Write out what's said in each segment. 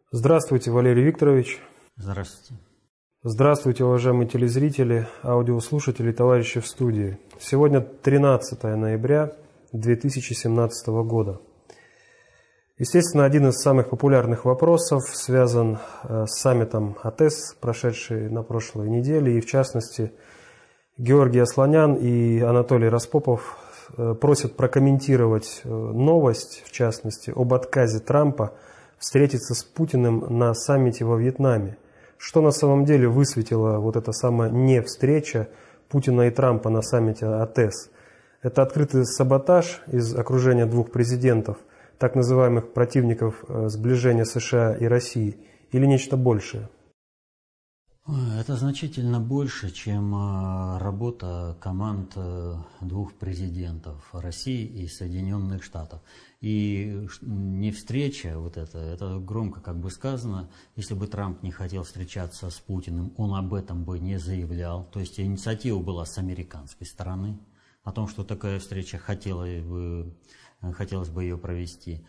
Здравствуйте, Валерий Викторович. Здравствуйте. Здравствуйте, уважаемые телезрители, аудиослушатели, товарищи в студии. Сегодня 13 ноября 2017 года. Естественно, один из самых популярных вопросов связан с саммитом АТЭС, прошедший на прошлой неделе, и в частности Георгий Асланян и Анатолий Распопов просят прокомментировать новость, в частности, об отказе Трампа встретиться с Путиным на саммите во Вьетнаме. Что на самом деле высветила вот эта самая не-встреча Путина и Трампа на саммите АТЭС? Это открытый саботаж из окружения двух президентов, так называемых противников сближения США и России, или нечто большее? Это значительно больше, чем работа команд двух президентов России и Соединенных Штатов. И не встреча, это громко как бы сказано, если бы Трамп не хотел встречаться с Путиным, он об этом бы не заявлял. То есть инициатива была с американской стороны, о том, что такая встреча хотелось бы ее провести.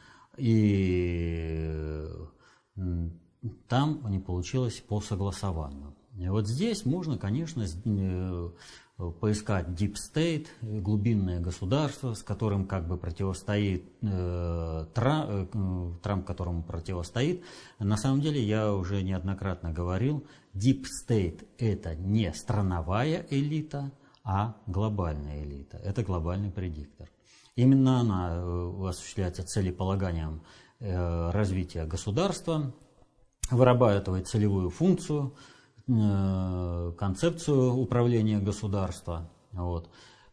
И там не получилось по согласованию. И вот здесь можно, конечно, поискать Deep State, глубинное государство, с которым как бы противостоит Трамп, которому противостоит. На самом деле, я уже неоднократно говорил, Deep State – это не страновая элита, а глобальная элита. Это глобальный предиктор. Именно она осуществляется целеполаганием развития государства, вырабатывает целевую функцию, концепцию управления государства. Вот.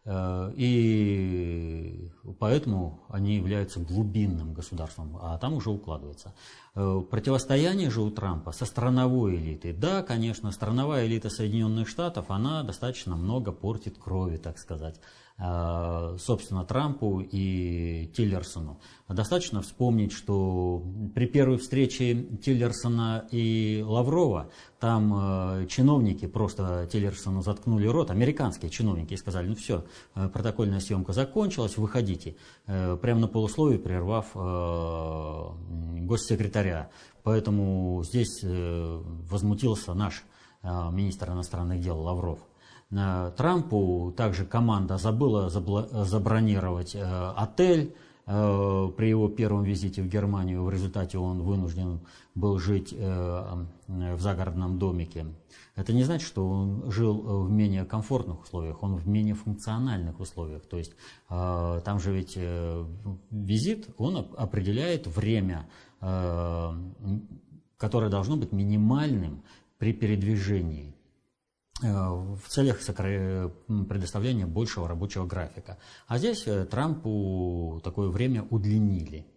И поэтому они являются глубинным государством, а там уже укладывается. Противостояние же у Трампа со страновой элитой. Да, конечно, страновая элита Соединенных Штатов, она достаточно много портит крови, так сказать, собственно, Трампу и Тиллерсону. Достаточно вспомнить, что при первой встрече Тиллерсона и Лаврова там чиновники просто Тиллерсону заткнули рот, американские чиновники, и сказали: ну все, протокольная съемка закончилась, выходите, прямо на полусловие прервав госсекретаря. Поэтому здесь возмутился наш министр иностранных дел Лавров. Трампу также команда забыла забронировать отель при его первом визите в Германию. В результате он вынужден был жить в загородном домике. Это не значит, что он жил в менее комфортных условиях, он в менее функциональных условиях. То есть там же ведь визит, он определяет время, которое должно быть минимальным при передвижении в целях предоставления большего рабочего графика. А здесь Трампу такое время удлинили.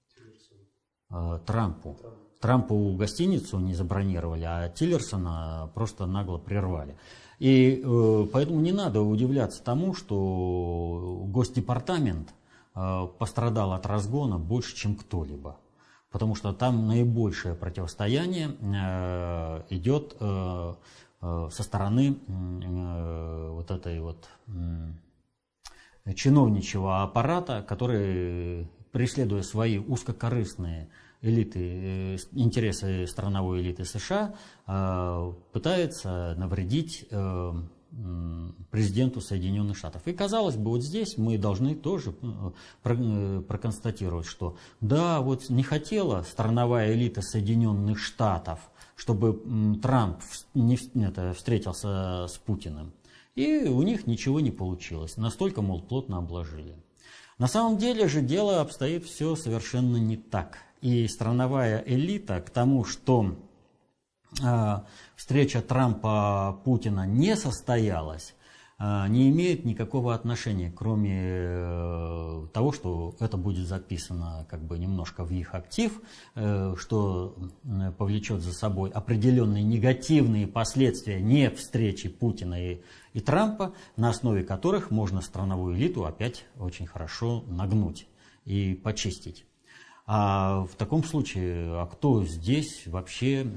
Трампу гостиницу не забронировали, а Тиллерсона просто нагло прервали. И поэтому не надо удивляться тому, что Госдепартамент пострадал от разгона больше, чем кто-либо. Потому что там наибольшее противостояние идет со стороны вот этой вот чиновничьего аппарата, который, преследуя свои узкокорыстные интересы страновой элиты США, пытается навредить президенту Соединенных Штатов. И казалось бы, вот здесь мы должны тоже проконстатировать, что да, вот не хотела страновая элита Соединенных Штатов, чтобы Трамп встретился с Путиным. И у них ничего не получилось. Настолько, мол, плотно обложили. На самом деле же дело обстоит все совершенно не так. И страновая элита к тому, что встреча Трампа-Путина не состоялась, не имеет никакого отношения, кроме того, что это будет записано как бы немножко в их актив, что повлечет за собой определенные негативные последствия не встречи Путина и Трампа, на основе которых можно страновую элиту опять очень хорошо нагнуть и почистить. А в таком случае, а кто здесь вообще...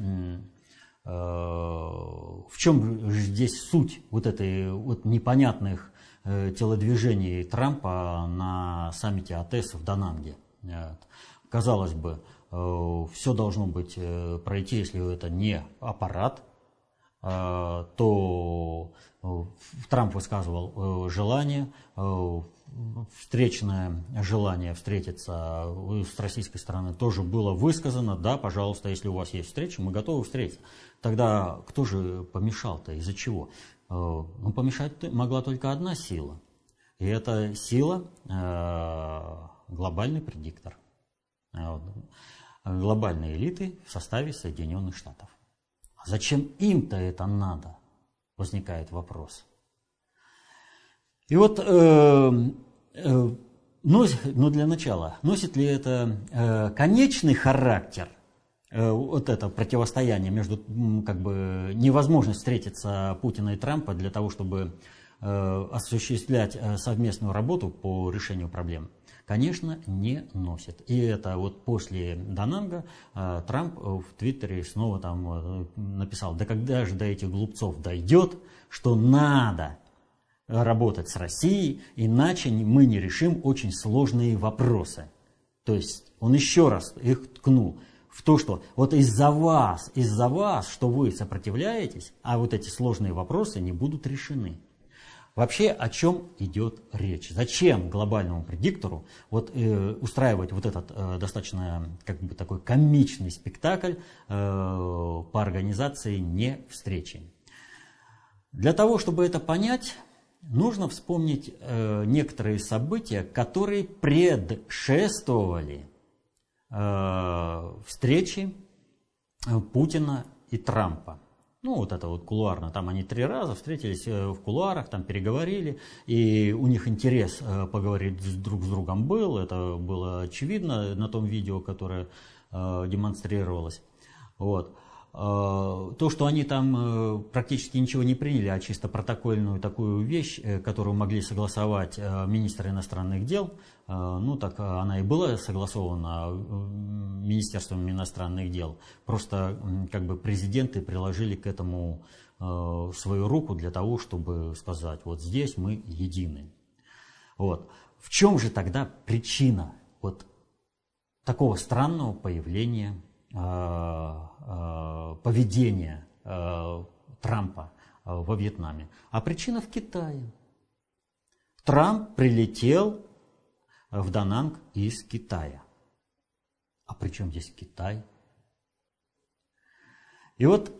В чем здесь суть вот этой вот непонятных телодвижений Трампа на саммите АТЭС в Дананге? Казалось бы, все должно быть пройти, если это не аппарат, то Трамп высказывал желание, встречное желание встретиться с российской стороны тоже было высказано. Да, пожалуйста, если у вас есть встреча, мы готовы встретиться. Тогда кто же помешал-то, из-за чего? Ну, помешать могла только одна сила. И это сила глобальный предиктор. Глобальные элиты в составе Соединенных Штатов. А зачем им-то это надо? Возникает вопрос. И вот, для начала, носит ли это конечный характер, вот это противостояние между, невозможность встретиться Путина и Трампа для того, чтобы осуществлять совместную работу по решению проблем? Конечно, не носит. И это вот после Дананга Трамп в Твиттере снова там написал: да когда же до этих глупцов дойдет, что надо работать с Россией, иначе мы не решим очень сложные вопросы. То есть он еще раз их ткнул в то, что вот из-за вас, что вы сопротивляетесь, а вот эти сложные вопросы не будут решены. Вообще, о чем идет речь? Зачем глобальному предиктору устраивать вот этот достаточно такой комичный спектакль по организации не встречи? Для того, чтобы это понять, нужно вспомнить некоторые события, которые предшествовали встрече Путина и Трампа. Ну, вот это вот кулуарно. Там они 3 раза встретились в кулуарах, там переговорили, и у них интерес поговорить друг с другом был. Это было очевидно на том видео, которое демонстрировалось. Вот. То, что они там практически ничего не приняли, а чисто протокольную такую вещь, которую могли согласовать министр иностранных дел, так она и была согласована Министерством иностранных дел. Просто президенты приложили к этому свою руку для того, чтобы сказать: вот здесь мы едины. Вот. В чем же тогда причина вот такого странного поведения Трампа во Вьетнаме? А причина в Китае. Трамп прилетел в Дананг из Китая. А при чем здесь Китай? И вот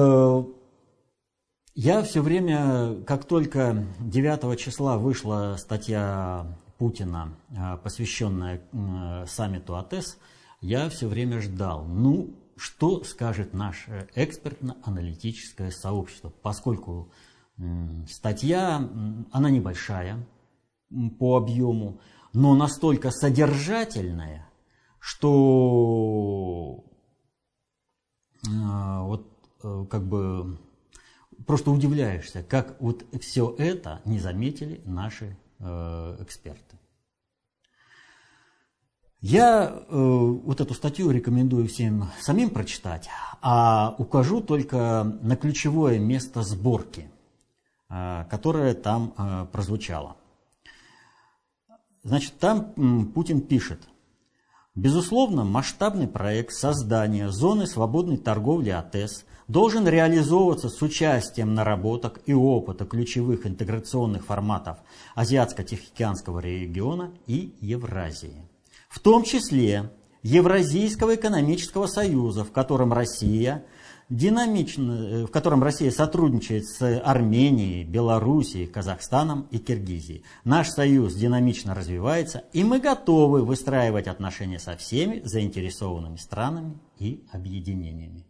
я все время, как только 9 числа вышла статья Путина, посвященная саммиту АТЭС, я все время ждал, что скажет наше экспертно-аналитическое сообщество, поскольку статья, она небольшая по объему, но настолько содержательная, что просто удивляешься, как вот все это не заметили наши эксперты. Я вот эту статью рекомендую всем самим прочитать, а укажу только на ключевое место сборки, которое там прозвучало. Значит, там Путин пишет: безусловно, масштабный проект создания зоны свободной торговли АТЭС должен реализовываться с участием наработок и опыта ключевых интеграционных форматов Азиатско-Тихоокеанского региона и Евразии, в том числе Евразийского экономического союза, в котором Россия сотрудничает с Арменией, Белоруссией, Казахстаном и Киргизией. Наш союз динамично развивается, и мы готовы выстраивать отношения со всеми заинтересованными странами и объединениями.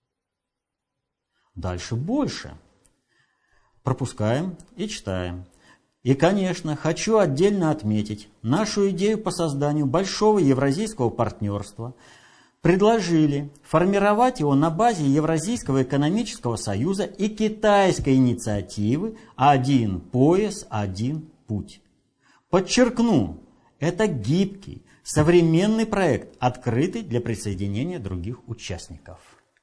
Дальше больше. Пропускаем и читаем. И, конечно, хочу отдельно отметить нашу идею по созданию большого евразийского партнерства. Предложили формировать его на базе Евразийского экономического союза и китайской инициативы «Один пояс, один путь». Подчеркну, это гибкий, современный проект, открытый для присоединения других участников.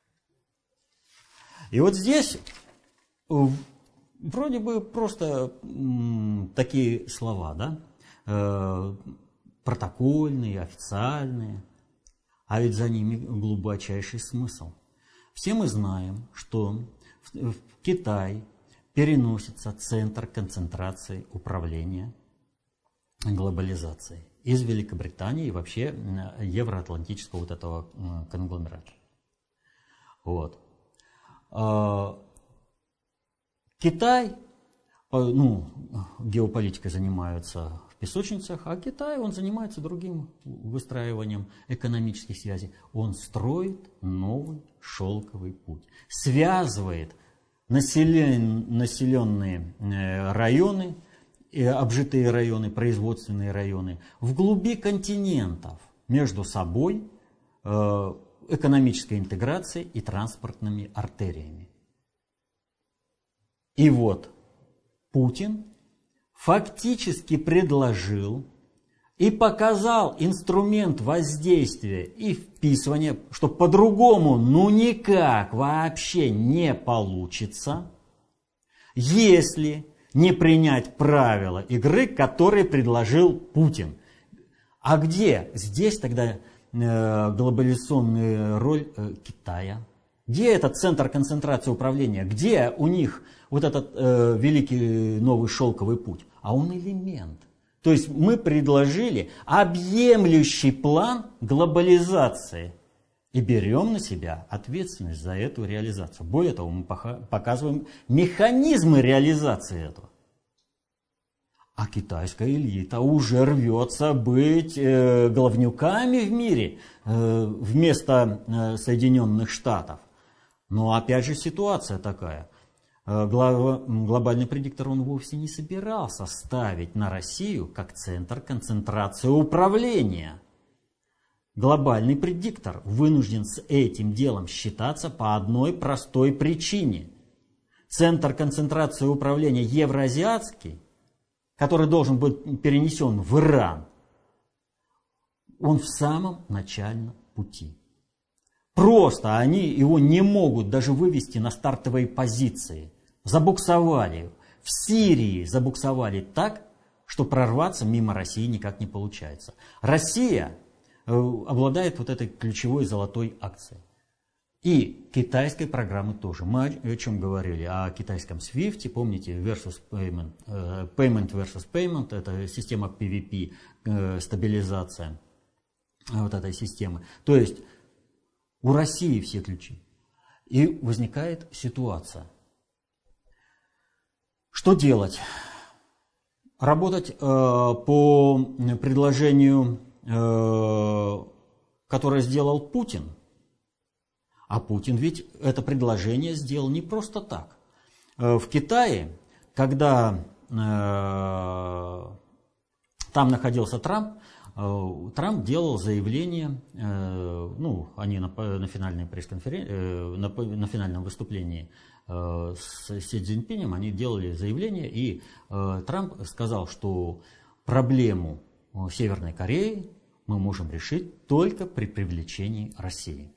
И вот здесь вроде бы просто такие слова, да? Протокольные, официальные. А ведь за ними глубочайший смысл. Все мы знаем, что в Китай переносится центр концентрации управления глобализацией из Великобритании и вообще евроатлантического вот этого конгломерата. Вот. Китай, геополитикой занимаются в песочницах, а Китай, он занимается другим выстраиванием экономических связей. Он строит новый шелковый путь, связывает населенные районы, обжитые районы, производственные районы в глуби континентов между собой экономической интеграцией и транспортными артериями. И вот Путин фактически предложил и показал инструмент воздействия и вписывания, что по-другому никак вообще не получится, если не принять правила игры, которые предложил Путин. А где здесь тогда глобализационная роль Китая? Где этот центр концентрации управления? Где у них вот этот великий новый шелковый путь? А он элемент. То есть мы предложили объемлющий план глобализации и берем на себя ответственность за эту реализацию. Более того, мы показываем механизмы реализации этого. А китайская элита уже рвется быть главнюками в мире вместо Соединенных Штатов. Но опять же ситуация такая. Глобальный предиктор, он вовсе не собирался ставить на Россию как центр концентрации управления. Глобальный предиктор вынужден с этим делом считаться по одной простой причине. Центр концентрации управления евроазиатский, который должен быть перенесен в Иран, он в самом начальном пути. Просто они его не могут даже вывести на стартовые позиции. Забуксовали. В Сирии забуксовали так, что прорваться мимо России никак не получается. Россия обладает вот этой ключевой золотой акцией. И китайской программы тоже. Мы о чем говорили? О китайском SWIFT, помните, versus payment, payment versus payment, это система PVP, стабилизация вот этой системы. То есть у России все ключи. И возникает ситуация. Что делать? Работать по предложению, которое сделал Путин. А Путин ведь это предложение сделал не просто так. В Китае, когда там находился Трамп, Трамп делал заявление, они на финальной пресс-конференции, на финальном выступлении с Си Цзиньпинем, они делали заявление, и Трамп сказал, что проблему Северной Кореи мы можем решить только при привлечении России.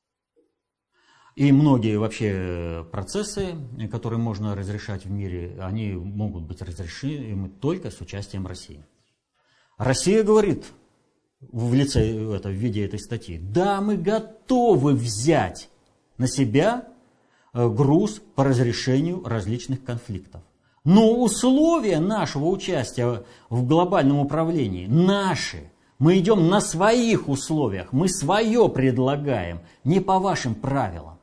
И многие вообще процессы, которые можно разрешать в мире, они могут быть разрешимы только с участием России. Россия говорит в виде этой статьи: да, мы готовы взять на себя груз по разрешению различных конфликтов. Но условия нашего участия в глобальном управлении наши. Мы идем на своих условиях, мы свое предлагаем, не по вашим правилам.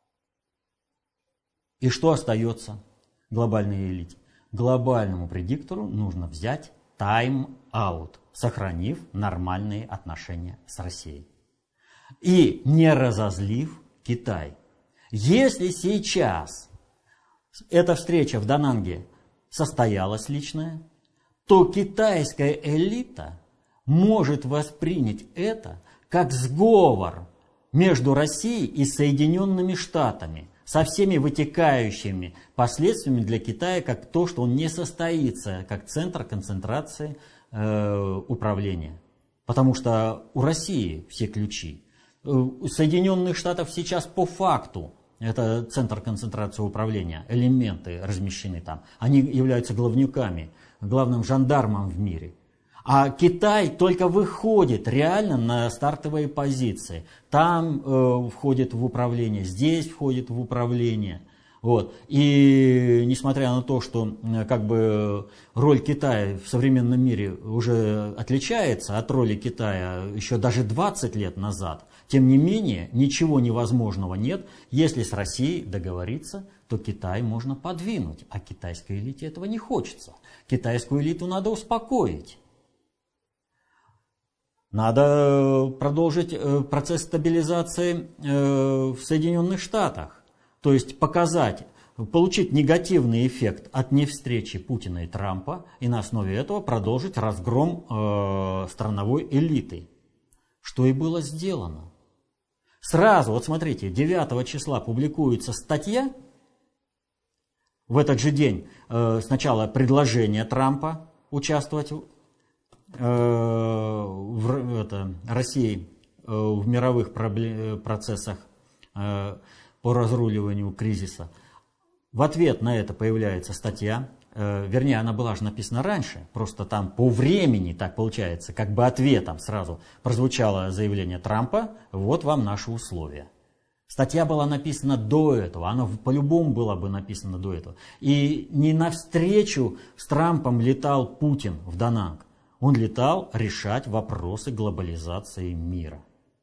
И что остается глобальной элите? Глобальному предиктору нужно взять тайм-аут, сохранив нормальные отношения с Россией. И не разозлив Китай. Если сейчас эта встреча в Дананге состоялась личная, то китайская элита может воспринять это как сговор между Россией и Соединенными Штатами, со всеми вытекающими последствиями для Китая, как то, что он не состоится как центр концентрации управления. Потому что у России все ключи. У Соединенных Штатов сейчас по факту это центр концентрации управления, элементы размещены там. Они являются главнюками, главным жандармом в мире. А Китай только выходит реально на стартовые позиции. Там входит в управление, здесь входит в управление. Вот. И несмотря на то, что как бы роль Китая в современном мире уже отличается от роли Китая еще даже 20 лет назад, тем не менее ничего невозможного нет. Если с Россией договориться, то Китай можно подвинуть, а китайской элите этого не хочется. Китайскую элиту надо успокоить. Надо продолжить процесс стабилизации в Соединенных Штатах. То есть показать, получить негативный эффект от невстречи Путина и Трампа и на основе этого продолжить разгром страновой элиты. Что и было сделано. Сразу, вот смотрите, 9 числа публикуется статья. В этот же день сначала предложение Трампа участвовать России в мировых процессах по разруливанию кризиса. В ответ на это появляется статья, вернее, она была же написана раньше, просто там по времени так получается, как бы ответом сразу прозвучало заявление Трампа: вот вам наши условия. Статья была написана до этого, она по-любому была бы написана до этого. И не навстречу с Трампом летал Путин в Дананг, он летал решать вопросы глобализации мира.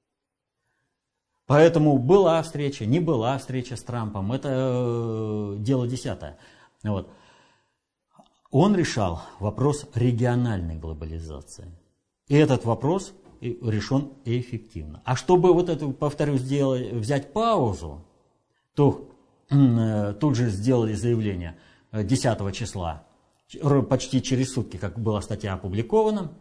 Поэтому была встреча, не была встреча с Трампом, это дело десятое. Вот. Он решал вопрос региональной глобализации. И этот вопрос решен эффективно. А чтобы вот это, повторюсь, взять паузу, то тут же сделали заявление 10 числа, почти через сутки, как была статья опубликована,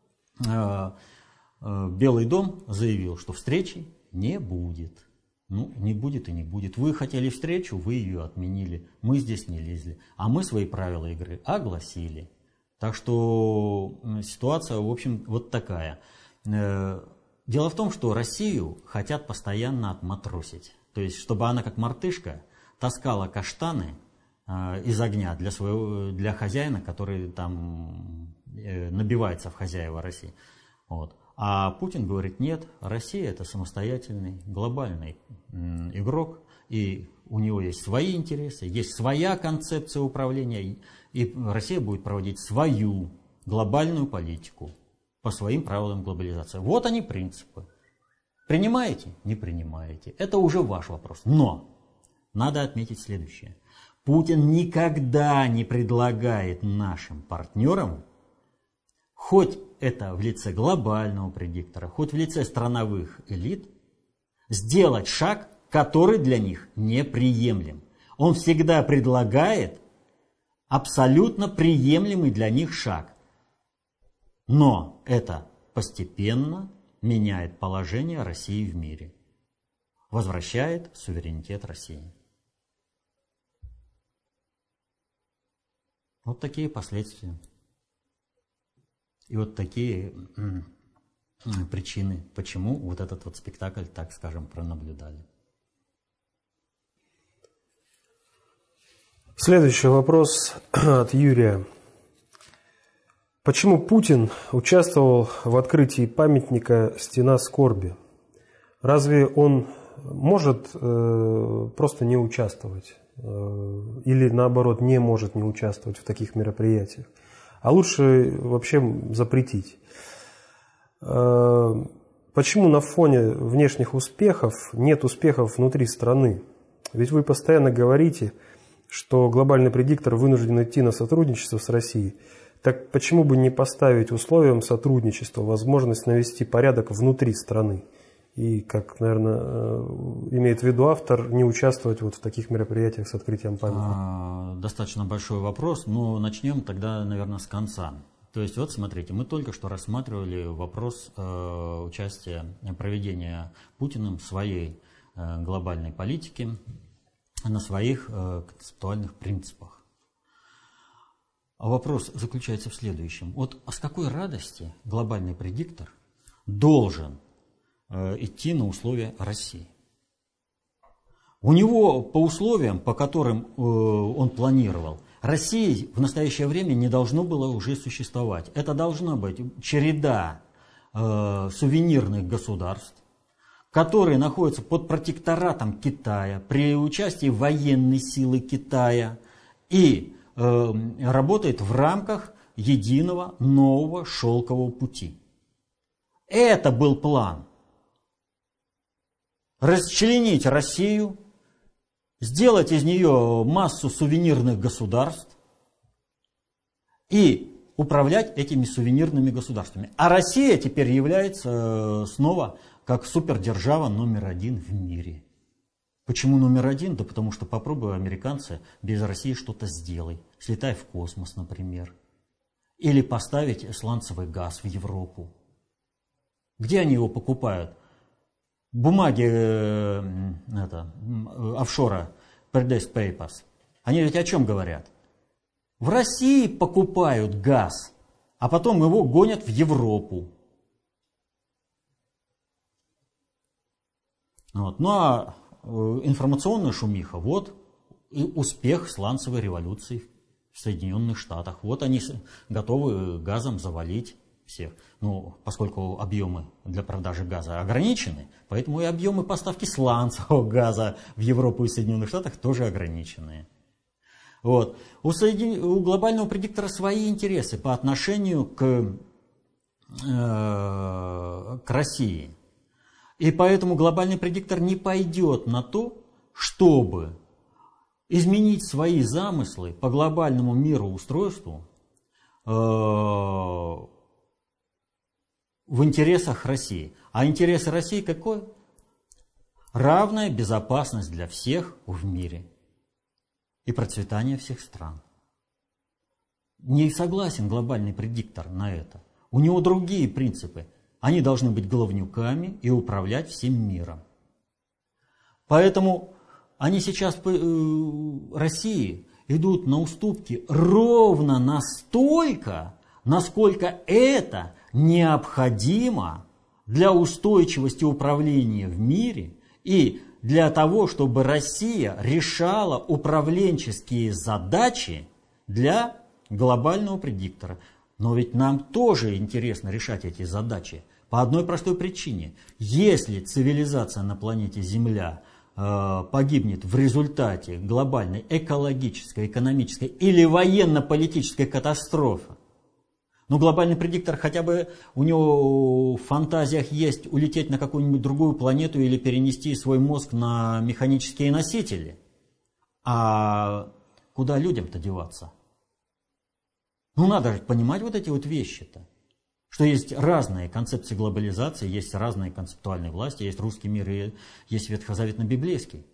Белый дом заявил, что встречи не будет. Ну, не будет и не будет. Вы хотели встречу, вы ее отменили. Мы здесь не лезли. А мы свои правила игры огласили. Так что ситуация, в общем, вот такая. Дело в том, что Россию хотят постоянно отматросить. То есть, чтобы она, как мартышка, таскала каштаны из огня для хозяина, который там набивается в хозяева России. Вот. А Путин говорит: нет, Россия — это самостоятельный глобальный игрок, и у него есть свои интересы, есть своя концепция управления, и Россия будет проводить свою глобальную политику по своим правилам глобализации. Вот они принципы. Принимаете? Не принимаете. Это уже ваш вопрос. Но надо отметить следующее. Путин никогда не предлагает нашим партнерам, хоть это в лице глобального предиктора, хоть в лице страновых элит, сделать шаг, который для них неприемлем. Он всегда предлагает абсолютно приемлемый для них шаг. Но это постепенно меняет положение России в мире, возвращает суверенитет России. Вот такие последствия. И вот такие причины, почему вот этот вот спектакль, так скажем, пронаблюдали. Следующий вопрос от Юрия. Почему Путин участвовал в открытии памятника «Стена скорби»? Разве он может просто не участвовать? Или наоборот не может не участвовать в таких мероприятиях? А лучше вообще запретить. Почему на фоне внешних успехов нет успехов внутри страны? Ведь вы постоянно говорите, что глобальный предиктор вынужден идти на сотрудничество с Россией. Так почему бы не поставить условием сотрудничества возможность навести порядок внутри страны? И, как, наверное, имеет в виду автор, не участвовать вот в таких мероприятиях с открытием памятника? Достаточно большой вопрос, но начнем тогда, наверное, с конца. То есть, вот смотрите, мы только что рассматривали вопрос участия, проведения Путиным своей глобальной политики на своих концептуальных принципах. А вопрос заключается в следующем. Вот с какой радости глобальный предиктор должен идти на условия России? У него по условиям, по которым он планировал, России в настоящее время не должно было уже существовать. Это должна быть череда сувенирных государств, которые находятся под протекторатом Китая, при участии военной силы Китая и работает в рамках единого нового шелкового пути. Это был план. Расчленить Россию, сделать из нее массу сувенирных государств и управлять этими сувенирными государствами. А Россия теперь является снова как супердержава номер один в мире. Почему номер один? Да потому что попробуй, американцы, без России что-то сделай. Слетай в космос, например. Или поставить сланцевый газ в Европу. Где они его покупают? Бумаги офшора, Paradise Papers. Они ведь о чем говорят? В России покупают газ, а потом его гонят в Европу. Вот. Ну а информационная шумиха, вот и успех сланцевой революции в Соединенных Штатах. Вот они готовы газом завалить всех. Ну, поскольку объемы для продажи газа ограничены, поэтому и объемы поставки сланцевого газа в Европу и Соединенных Штатах тоже ограниченные. Вот. У глобального предиктора свои интересы по отношению к России. И поэтому глобальный предиктор не пойдет на то, чтобы изменить свои замыслы по глобальному мироустройству в интересах России. А интересы России какой? Равная безопасность для всех в мире и процветание всех стран. Не согласен глобальный предиктор на это. У него другие принципы. Они должны быть главнюками и управлять всем миром. Поэтому они сейчас России идут на уступки ровно настолько, насколько это необходимо для устойчивости управления в мире и для того, чтобы Россия решала управленческие задачи для глобального предиктора. Но ведь нам тоже интересно решать эти задачи по одной простой причине. Если цивилизация на планете Земля погибнет в результате глобальной экологической, экономической или военно-политической катастрофы, но глобальный предиктор хотя бы у него в фантазиях есть улететь на какую-нибудь другую планету или перенести свой мозг на механические носители. А куда людям-то деваться? Ну надо же понимать вот эти вот вещи-то. Что есть разные концепции глобализации, есть разные концептуальные власти, есть русский мир и есть ветхозаветно-библейский.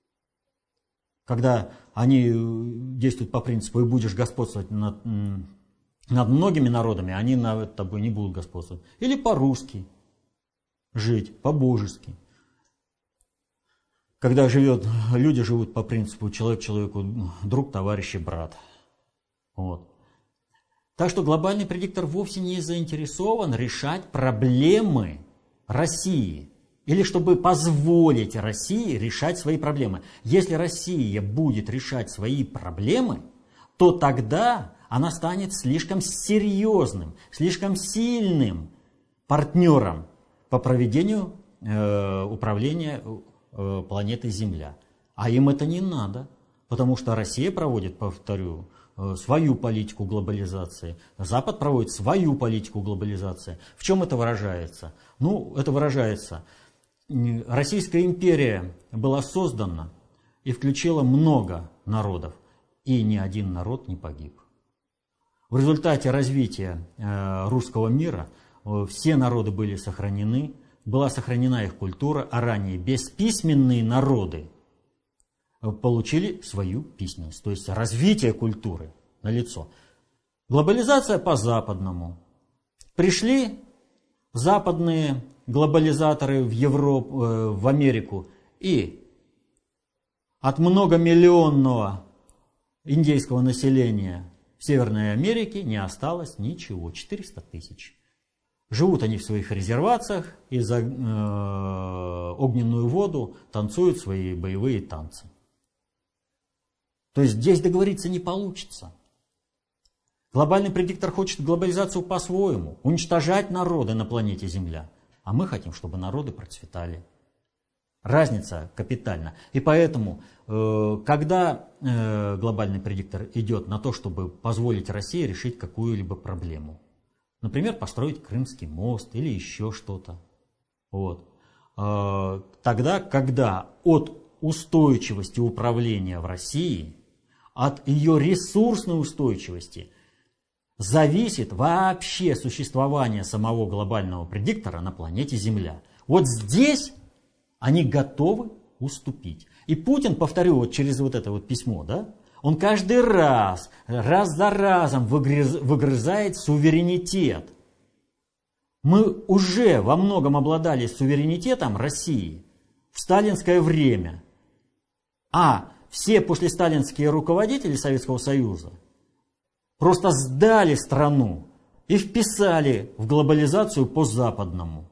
Когда они действуют по принципу «и будешь господствовать над многими народами», они над тобой не будут господствовать. Или по-русски жить, по-божески. Когда люди живут по принципу «человек человеку друг, товарищ и брат». Вот. Так что глобальный предиктор вовсе не заинтересован решать проблемы России. Или чтобы позволить России решать свои проблемы. Если Россия будет решать свои проблемы, то тогда она станет слишком серьезным, слишком сильным партнером по проведению управления планетой Земля. А им это не надо, потому что Россия проводит, повторю, свою политику глобализации. Запад проводит свою политику глобализации. В чем это выражается? Ну, это выражается. Российская империя была создана и включила много народов, и ни один народ не погиб. В результате развития русского мира все народы были сохранены, была сохранена их культура, а ранее бесписьменные народы получили свою письменность, то есть развитие культуры налицо. Глобализация по-западному. Пришли западные глобализаторы в Европу, в Америку, и от многомиллионного индейского населения в Северной Америке не осталось ничего, 400 тысяч. Живут они в своих резервациях и за огненную воду танцуют свои боевые танцы. То есть здесь договориться не получится. Глобальный предиктор хочет глобализацию по-своему, уничтожать народы на планете Земля. А мы хотим, чтобы народы процветали. Разница капитальна. И поэтому, когда глобальный предиктор идет на то, чтобы позволить России решить какую-либо проблему, например, построить Крымский мост или еще что-то, вот, тогда, когда от устойчивости управления в России, от ее ресурсной устойчивости зависит вообще существование самого глобального предиктора на планете Земля. Вот здесь они готовы уступить. И Путин, повторю, вот через вот это вот письмо, да, он каждый раз за разом выгрызает суверенитет. Мы уже во многом обладали суверенитетом России в сталинское время. А все послесталинские руководители Советского Союза просто сдали страну и вписали в глобализацию по-западному.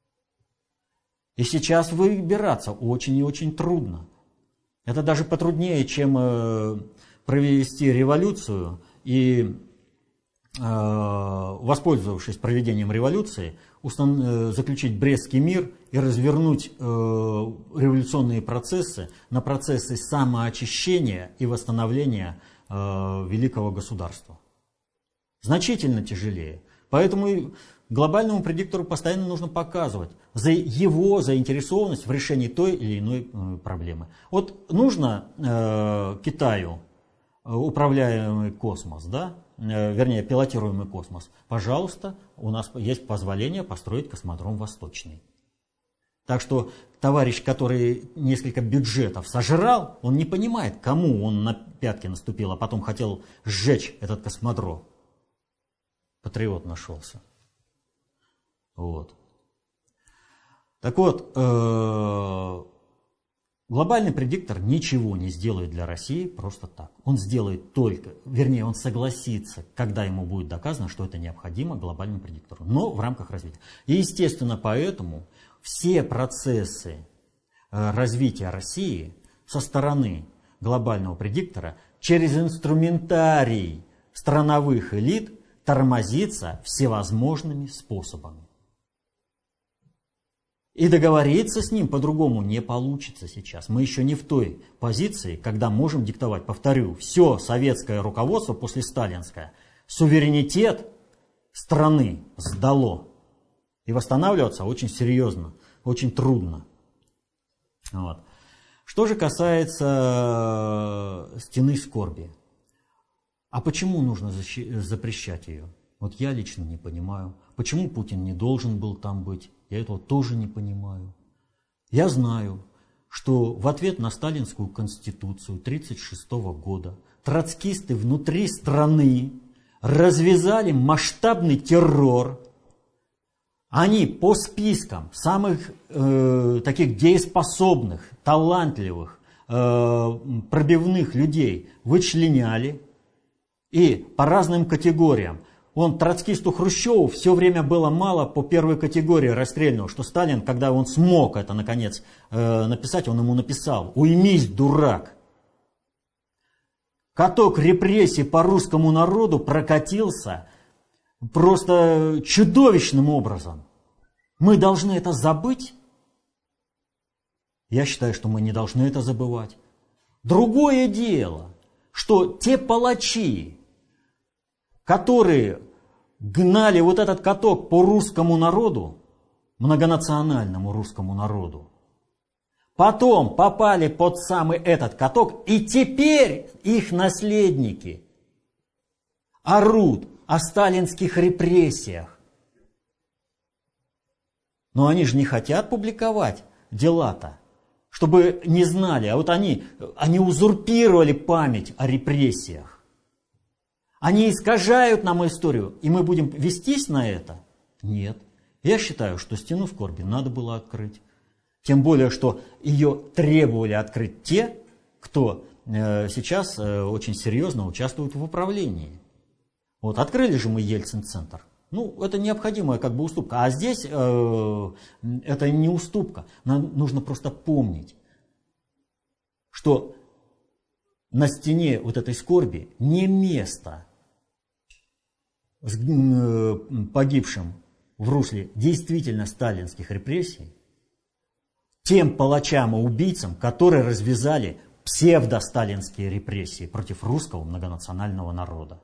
И сейчас выбираться очень и очень трудно. Это даже потруднее, чем провести революцию и, воспользовавшись проведением революции, заключить Брестский мир и развернуть революционные процессы на процессы самоочищения и восстановления великого государства. Значительно тяжелее. Поэтому глобальному предиктору постоянно нужно показывать его заинтересованность в решении той или иной проблемы. Вот нужно Китаю управляемый космос, да? Вернее, пилотируемый космос. Пожалуйста, у нас есть позволение построить космодром Восточный. Так что товарищ, который несколько бюджетов сожрал, он не понимает, кому он на пятки наступил, а потом хотел сжечь этот космодром. Патриот нашелся. Вот. Так вот, глобальный предиктор ничего не сделает для России просто так. Он сделает только, вернее, он согласится, когда ему будет доказано, что это необходимо глобальному предиктору, но в рамках развития. И, естественно, поэтому все процессы развития России со стороны глобального предиктора через инструментарий страновых элит тормозится всевозможными способами. И договориться с ним по-другому не получится сейчас. Мы еще не в той позиции, когда можем диктовать, повторю, все советское руководство после сталинское, суверенитет страны сдало. И восстанавливаться очень серьезно, очень трудно. Вот. Что же касается стены скорби. А почему нужно запрещать ее? Вот я лично не понимаю. Почему Путин не должен был там быть? Я этого тоже не понимаю. Я знаю, что в ответ на сталинскую конституцию 1936 года троцкисты внутри страны развязали масштабный террор. Они по спискам самых таких дееспособных, талантливых, пробивных людей вычленяли и по разным категориям. Троцкисту Хрущеву все время было мало по первой категории расстрельного, что Сталин, когда он смог это наконец написать, он ему написал: «Уймись, дурак». Каток репрессий по русскому народу прокатился просто чудовищным образом. Мы должны это забыть? Я считаю, что мы не должны это забывать. Другое дело, что те палачи, которые гнали вот этот каток по русскому народу, многонациональному русскому народу, потом попали под самый этот каток, и теперь их наследники орут о сталинских репрессиях. Но они же не хотят публиковать дела-то, чтобы не знали, а вот они узурпировали память о репрессиях. Они искажают нам историю, и мы будем вестись на это? Нет. Я считаю, что стену скорби надо было открыть. Тем более, что ее требовали открыть те, кто сейчас очень серьезно участвует в управлении. Вот открыли же мы Ельцин-центр. Это необходимая уступка. А здесь это не уступка. Нам нужно просто помнить, что на стене вот этой скорби не место погибшим в русле действительно сталинских репрессий, тем палачам и убийцам, которые развязали псевдосталинские репрессии против русского многонационального народа.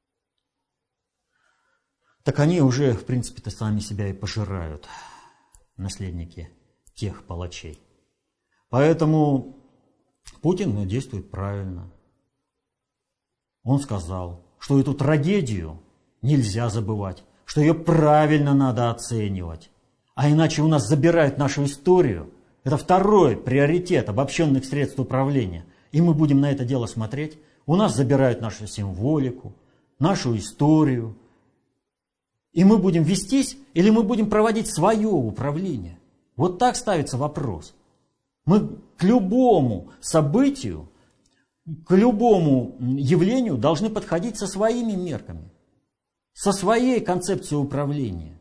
Так они уже, в принципе-то, сами себя и пожирают, наследники тех палачей. Поэтому Путин действует правильно. Он сказал, что эту трагедию нельзя забывать, что ее правильно надо оценивать. А иначе у нас забирают нашу историю. Это второй приоритет обобщенных средств управления. И мы будем на это дело смотреть. У нас забирают нашу символику, нашу историю. И мы будем вестись, или мы будем проводить свое управление? Вот так ставится вопрос. Мы к любому событию, к любому явлению должны подходить со своими мерками, со своей концепцией управления.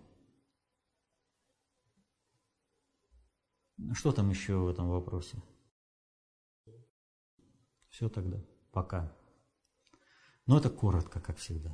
Что там еще в этом вопросе? Все тогда. Пока. Но это коротко, как всегда.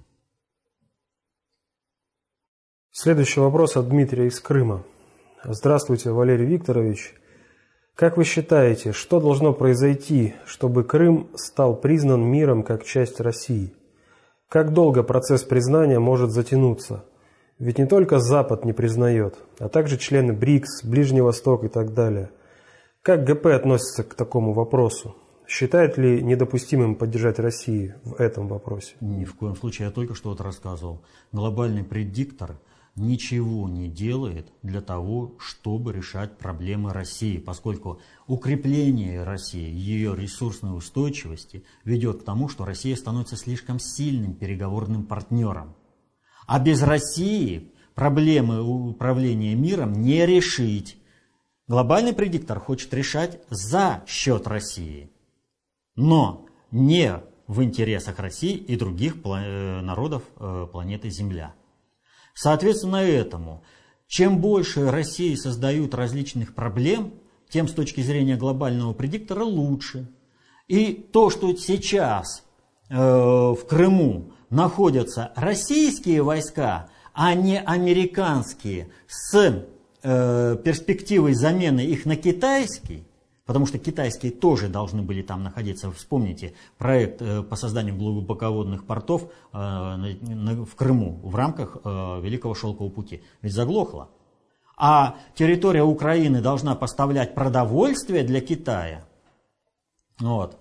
Следующий вопрос от Дмитрия из Крыма. Здравствуйте, Валерий Викторович. Как вы считаете, что должно произойти, чтобы Крым стал признан миром как часть России? Как долго процесс признания может затянуться? Ведь не только Запад не признает, а также члены БРИКС, Ближний Восток и так далее. Как ГП относится к такому вопросу? Считает ли недопустимым поддержать Россию в этом вопросе? Ни в коем случае. Я только что рассказывал. Глобальный предиктор ничего не делает для того, чтобы решать проблемы России, поскольку укрепление России, ее ресурсной устойчивости ведет к тому, что Россия становится слишком сильным переговорным партнером. А без России проблемы управления миром не решить. Глобальный предиктор хочет решать за счет России, но не в интересах России и других народов планеты Земля. Соответственно этому, чем больше России создают различных проблем, тем с точки зрения глобального предиктора лучше. И то, что сейчас в Крыму находятся российские войска, а не американские, с перспективой замены их на китайские, потому что китайские тоже должны были там находиться. Вспомните проект по созданию глубоководных портов в Крыму в рамках Великого Шелкового пути. Ведь заглохло. А территория Украины должна поставлять продовольствие для Китая. Вот.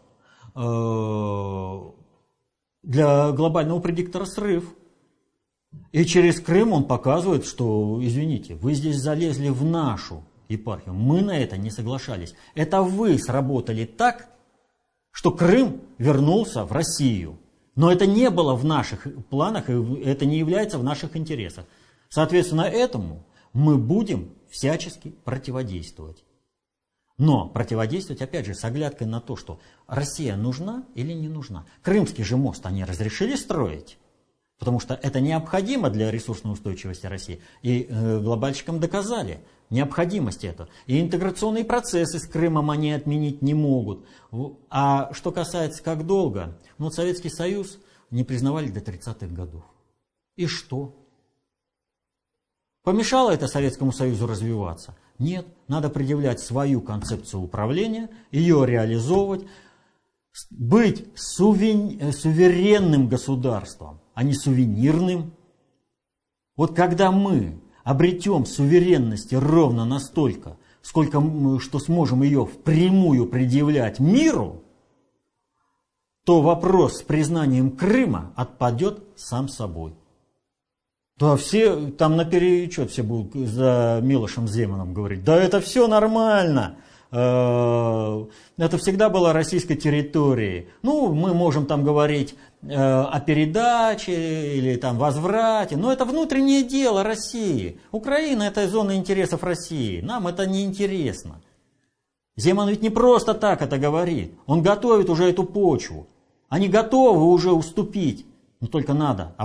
Для глобального предиктора срыв. И через Крым он показывает, что, извините, вы здесь залезли в нашу епархию. Мы на это не соглашались. Это вы сработали так, что Крым вернулся в Россию. Но это не было в наших планах, и это не является в наших интересах. Соответственно, этому мы будем всячески противодействовать. Но противодействовать, опять же, с оглядкой на то, что Россия нужна или не нужна. Крымский же мост они разрешили строить, потому что это необходимо для ресурсной устойчивости России. И глобальщикам доказали необходимость этого. И интеграционные процессы с Крымом они отменить не могут. А что касается как долго, ну, Советский Союз не признавали до 30-х годов. И что? Помешало это Советскому Союзу развиваться? Нет, надо предъявлять свою концепцию управления, ее реализовывать, быть суверенным государством, а не сувенирным. Вот когда мы обретем суверенность ровно настолько, сколько что сможем ее впрямую предъявлять миру, то вопрос с признанием Крыма отпадет сам собой. Да все там наперечет все будут за Милошем Земаном говорить. Да это все нормально. Это всегда была российской территорией. Ну, мы можем там говорить о передаче или там возврате, но это внутреннее дело России. Украина – это зона интересов России. Нам это не интересно. Земан ведь не просто так это говорит. Он готовит уже эту почву. Они готовы уже уступить. Но только надо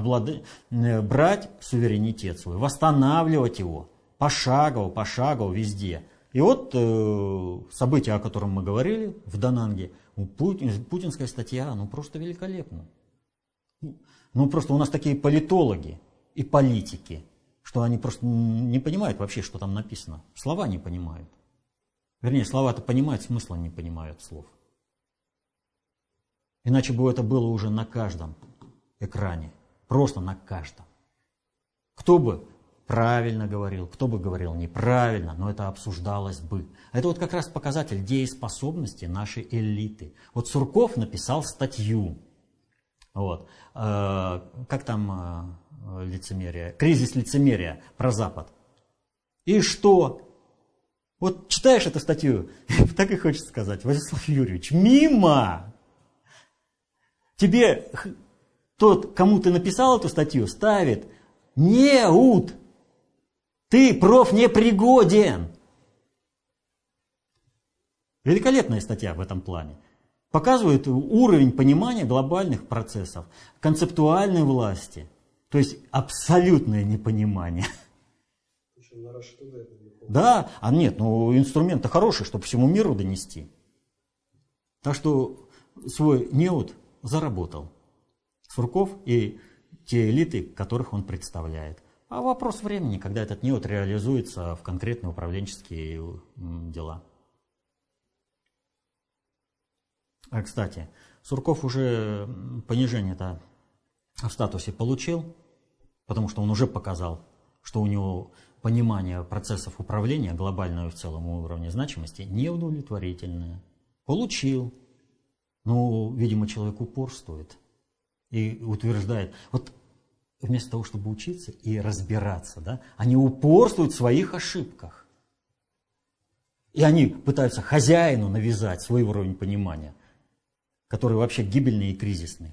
брать суверенитет свой, восстанавливать его пошагово везде. И вот событие, о котором мы говорили в Дананге, путинская статья, ну просто великолепна. Ну просто у нас такие политологи и политики, что они просто не понимают вообще, что там написано. Слова не понимают. Вернее, слова-то понимают, смысла не понимают слов. Иначе бы это было уже на каждом экране. Просто на каждом. Кто бы правильно говорил, кто бы говорил неправильно, но это обсуждалось бы. Это вот как раз показатель дееспособности нашей элиты. Вот Сурков написал статью. Вот. Как там лицемерие? Кризис лицемерия про Запад. И что? Вот читаешь эту статью, так и хочется сказать: Владислав Юрьевич, мимо! Тебе тот, кому ты написал эту статью, ставит: неуд! Ты профнепригоден! Великолепная статья в этом плане. Показывает уровень понимания глобальных процессов, концептуальной власти. То есть абсолютное непонимание. Да, а нет, ну инструмент-то хороший, чтобы всему миру донести. Так что свой неуд заработал Сурков и те элиты, которых он представляет. А вопрос времени, когда этот неуд реализуется в конкретные управленческие дела. А, кстати, Сурков уже понижение-то в статусе получил, потому что он уже показал, что у него понимание процессов управления глобального в целом уровня значимости неудовлетворительное. Получил. Но, видимо, человек упорствует и утверждает. Вот вместо того, чтобы учиться и разбираться, да, они упорствуют в своих ошибках. И они пытаются хозяину навязать свой уровень понимания, который вообще гибельный и кризисный.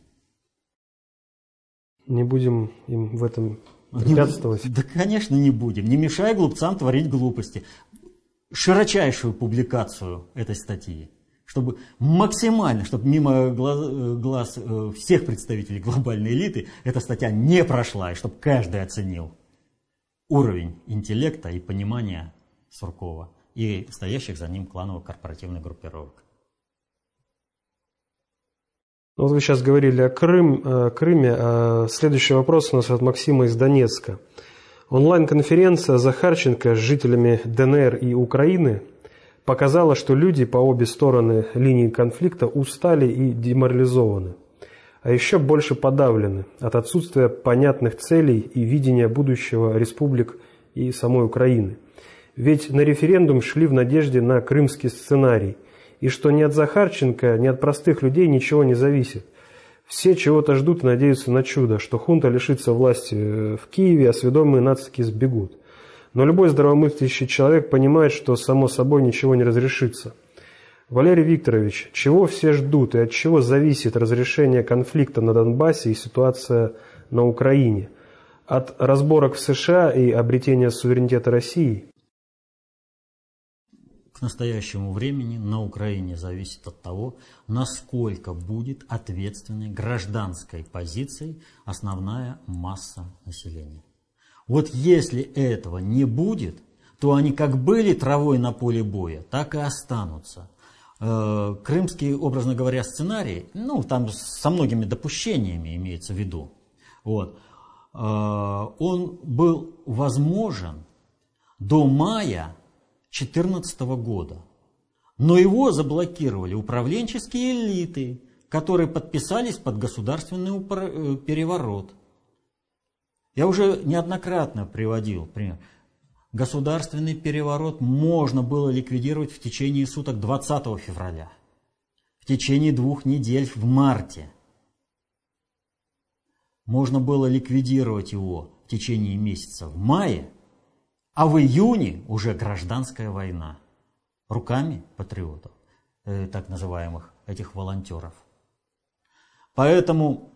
Не будем им в этом препятствовать? Да, конечно, не будем. Не мешай глупцам творить глупости. Широчайшую публикацию этой статьи, чтобы максимально, чтобы мимо глаз всех представителей глобальной элиты эта статья не прошла, и чтобы каждый оценил уровень интеллекта и понимания Суркова и стоящих за ним кланово-корпоративных группировок. Вот вы сейчас говорили о Крыме. А следующий вопрос у нас от Максима из Донецка. Онлайн-конференция Захарченко с жителями ДНР и Украины показала, что люди по обе стороны линии конфликта устали и деморализованы, а еще больше подавлены от отсутствия понятных целей и видения будущего республик и самой Украины. Ведь на референдум шли в надежде на крымский сценарий, и что ни от Захарченко, ни от простых людей ничего не зависит. Все чего-то ждут и надеются на чудо, что хунта лишится власти в Киеве, а сведомые нацики сбегут. Но любой здравомыслящий человек понимает, что само собой ничего не разрешится. Валерий Викторович, чего все ждут и от чего зависит разрешение конфликта на Донбассе и ситуация на Украине? От разборок в США и обретения суверенитета России? К настоящему времени на Украине зависит от того, насколько будет ответственной гражданской позицией основная масса населения. Вот если этого не будет, то они как были травой на поле боя, так и останутся. Крымский, образно говоря, сценарий, ну, там со многими допущениями имеется в виду, вот, он был возможен до мая 2014 года. Но его заблокировали управленческие элиты, которые подписались под государственный переворот. Я уже неоднократно приводил пример. Государственный переворот можно было ликвидировать в течение суток 20 февраля, в течение 2 недель в марте. Можно было ликвидировать его в течение месяца в мае, а в июне уже гражданская война руками патриотов, так называемых этих волонтеров. Поэтому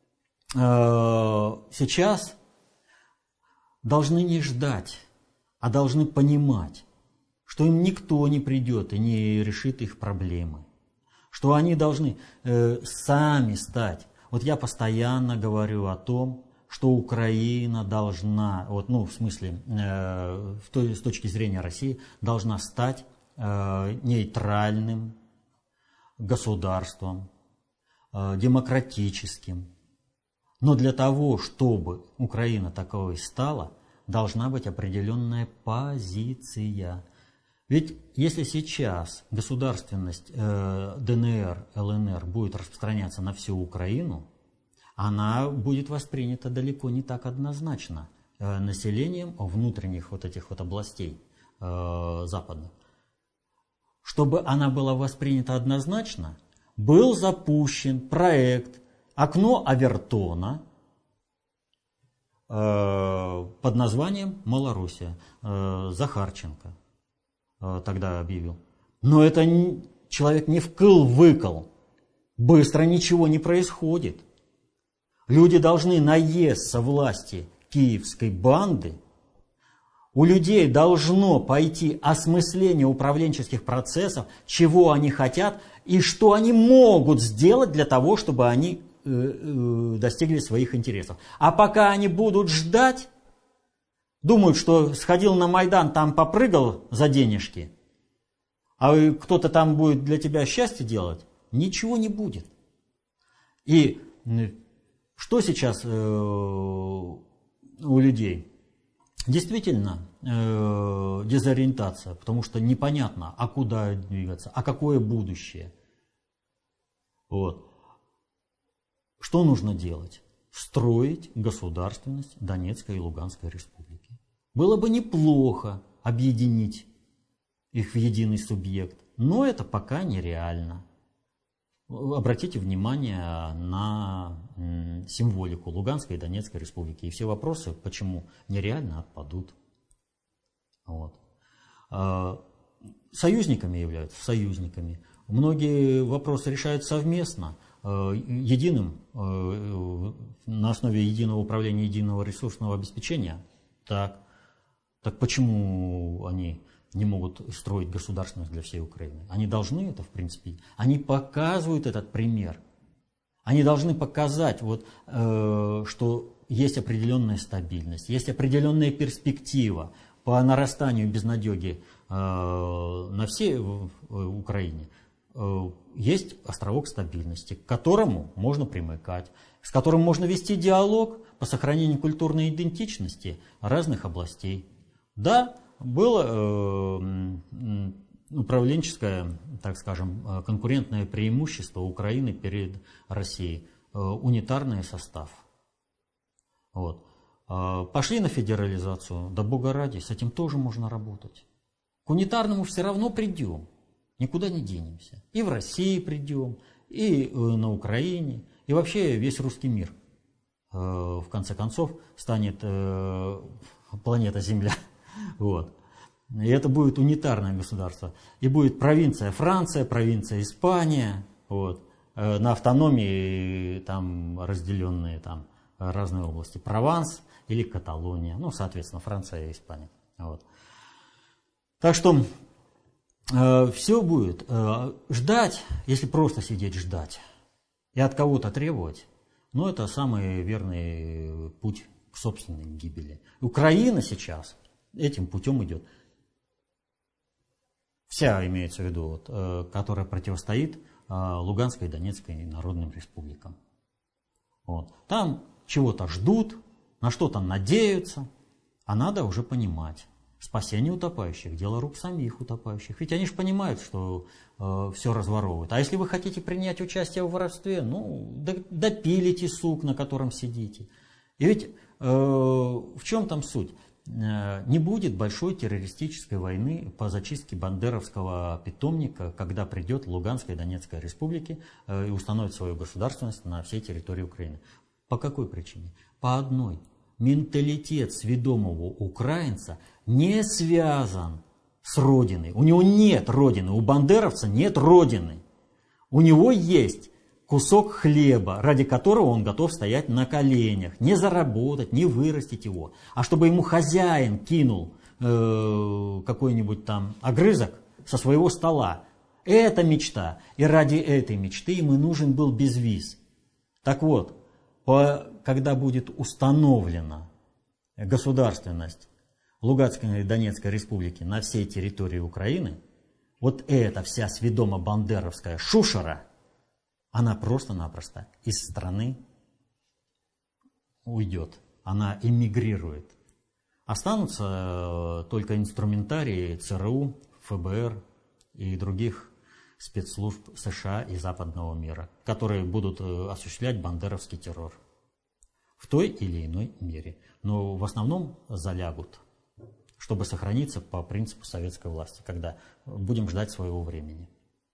сейчас должны не ждать, а должны понимать, что им никто не придет и не решит их проблемы. Что они должны сами стать. Вот я постоянно говорю о том, что Украина должна, вот, ну, в смысле, с точки зрения России, должна стать нейтральным государством, демократическим. Но для того, чтобы Украина таковой стала, должна быть определенная позиция. Ведь если сейчас государственность ДНР, ЛНР будет распространяться на всю Украину, она будет воспринята далеко не так однозначно населением внутренних вот этих вот областей западных. Чтобы она была воспринята однозначно, был запущен проект «Окно Авертона» под названием «Малоруссия». Захарченко тогда объявил. Но это человек не вкл-выкл. Быстро ничего не происходит. Люди должны наесться власти киевской банды. У людей должно пойти осмысление управленческих процессов, чего они хотят и что они могут сделать для того, чтобы они достигли своих интересов. А пока они будут ждать, думают, что сходил на Майдан, там попрыгал за денежки, а кто-то там будет для тебя счастье делать, ничего не будет. И что сейчас у людей? Действительно дезориентация, потому что непонятно, а куда двигаться, а какое будущее. Вот. Что нужно делать? Строить государственность Донецкой и Луганской республики. Было бы неплохо объединить их в единый субъект, но это пока нереально. Обратите внимание на символику Луганской и Донецкой республики. И все вопросы, почему нереально, отпадут. Вот. Союзниками являются союзниками. Многие вопросы решают совместно, единым, на основе единого управления, единого ресурсного обеспечения. Так почему они не могут строить государственность для всей Украины? Они должны это, в принципе. Они показывают этот пример. Они должны показать, вот, что есть определенная стабильность, есть определенная перспектива по нарастанию безнадеги на всей Украине. Есть островок стабильности, к которому можно примыкать, с которым можно вести диалог по сохранению культурной идентичности разных областей. Да, было управленческое, так скажем, конкурентное преимущество Украины перед Россией, унитарный состав. Вот. Пошли на федерализацию, да бога ради, с этим тоже можно работать. К унитарному все равно придем, никуда не денемся. И в России придем, и на Украине, и вообще весь русский мир, в конце концов, станет планета Земля. Вот. И это будет унитарное государство. И будет провинция Франция, провинция Испания, вот, на автономии там разделенные там разные области. Прованс или Каталония, ну, соответственно, Франция и Испания. Вот. Так что все будет. Ждать, если просто сидеть ждать и от кого-то требовать, ну, это самый верный путь к собственной гибели. Украина сейчас этим путем идет. Вся имеется в виду, вот, которая противостоит Луганской и Донецкой народным республикам. Вот. Там чего-то ждут, на что-то надеются, а надо уже понимать. Спасение утопающих – дело рук самих утопающих. Ведь они же понимают, что все разворовывают. А если вы хотите принять участие в воровстве, ну, допилите сук, на котором сидите. И ведь в чем там суть? Не будет большой террористической войны по зачистке бандеровского питомника, когда придет Луганская и Донецкая республики и установит свою государственность на всей территории Украины. По какой причине? По одной. Менталитет сведомого украинца не связан с родиной. У него нет родины, у бандеровца нет родины. У него есть кусок хлеба, ради которого он готов стоять на коленях, не заработать, не вырастить его, а чтобы ему хозяин кинул какой-нибудь там огрызок со своего стола. Это мечта, и ради этой мечты ему нужен был безвиз. Так вот, когда будет установлена государственность Луганской и Донецкой республики на всей территории Украины, вот эта вся сведомо-бандеровская шушера, она просто-напросто из страны уйдет, она эмигрирует. Останутся только инструментарии ЦРУ, ФБР и других спецслужб США и западного мира, которые будут осуществлять бандеровский террор в той или иной мере. Но в основном залягут, чтобы сохраниться по принципу советской власти, когда будем ждать своего времени.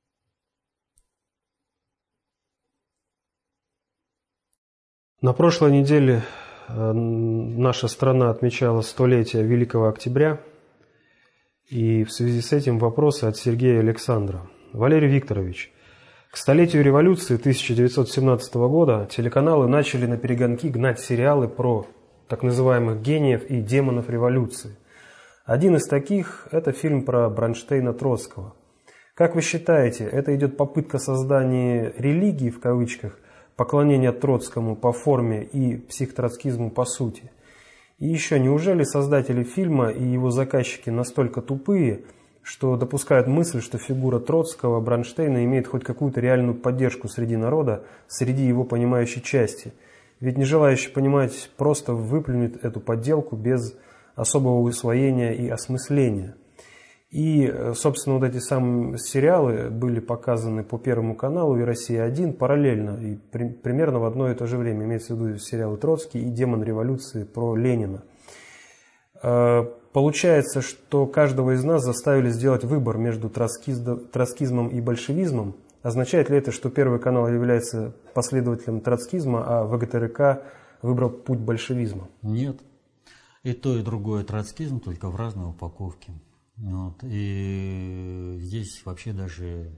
На прошлой неделе наша страна отмечала 100-летие Великого Октября, и в связи с этим вопросы от Сергея Александра. Валерий Викторович, к столетию революции 1917 года телеканалы начали на перегонки гнать сериалы про так называемых гениев и демонов революции. Один из таких – это фильм про Бронштейна-Троцкого. Как вы считаете, это идет попытка создания «религии» в кавычках, поклонения Троцкому по форме и психтроцкизму по сути? И еще, неужели создатели фильма и его заказчики настолько тупые, что допускают мысль, что фигура Троцкого, Бронштейна имеет хоть какую-то реальную поддержку среди народа, среди его понимающей части? Ведь не желающий понимать просто выплюнет эту подделку без особого усвоения и осмысления. И, собственно, вот эти самые сериалы были показаны по Первому каналу и Россия-1 параллельно, и примерно в одно и то же время. Имеется в виду сериалы «Троцкий» и «Демон революции» про Ленина. Получается, что каждого из нас заставили сделать выбор между троцкизмом и большевизмом. Означает ли это, что Первый канал является последователем троцкизма, а ВГТРК выбрал путь большевизма? Нет. И то, и другое троцкизм, только в разной упаковке. Вот. И здесь вообще даже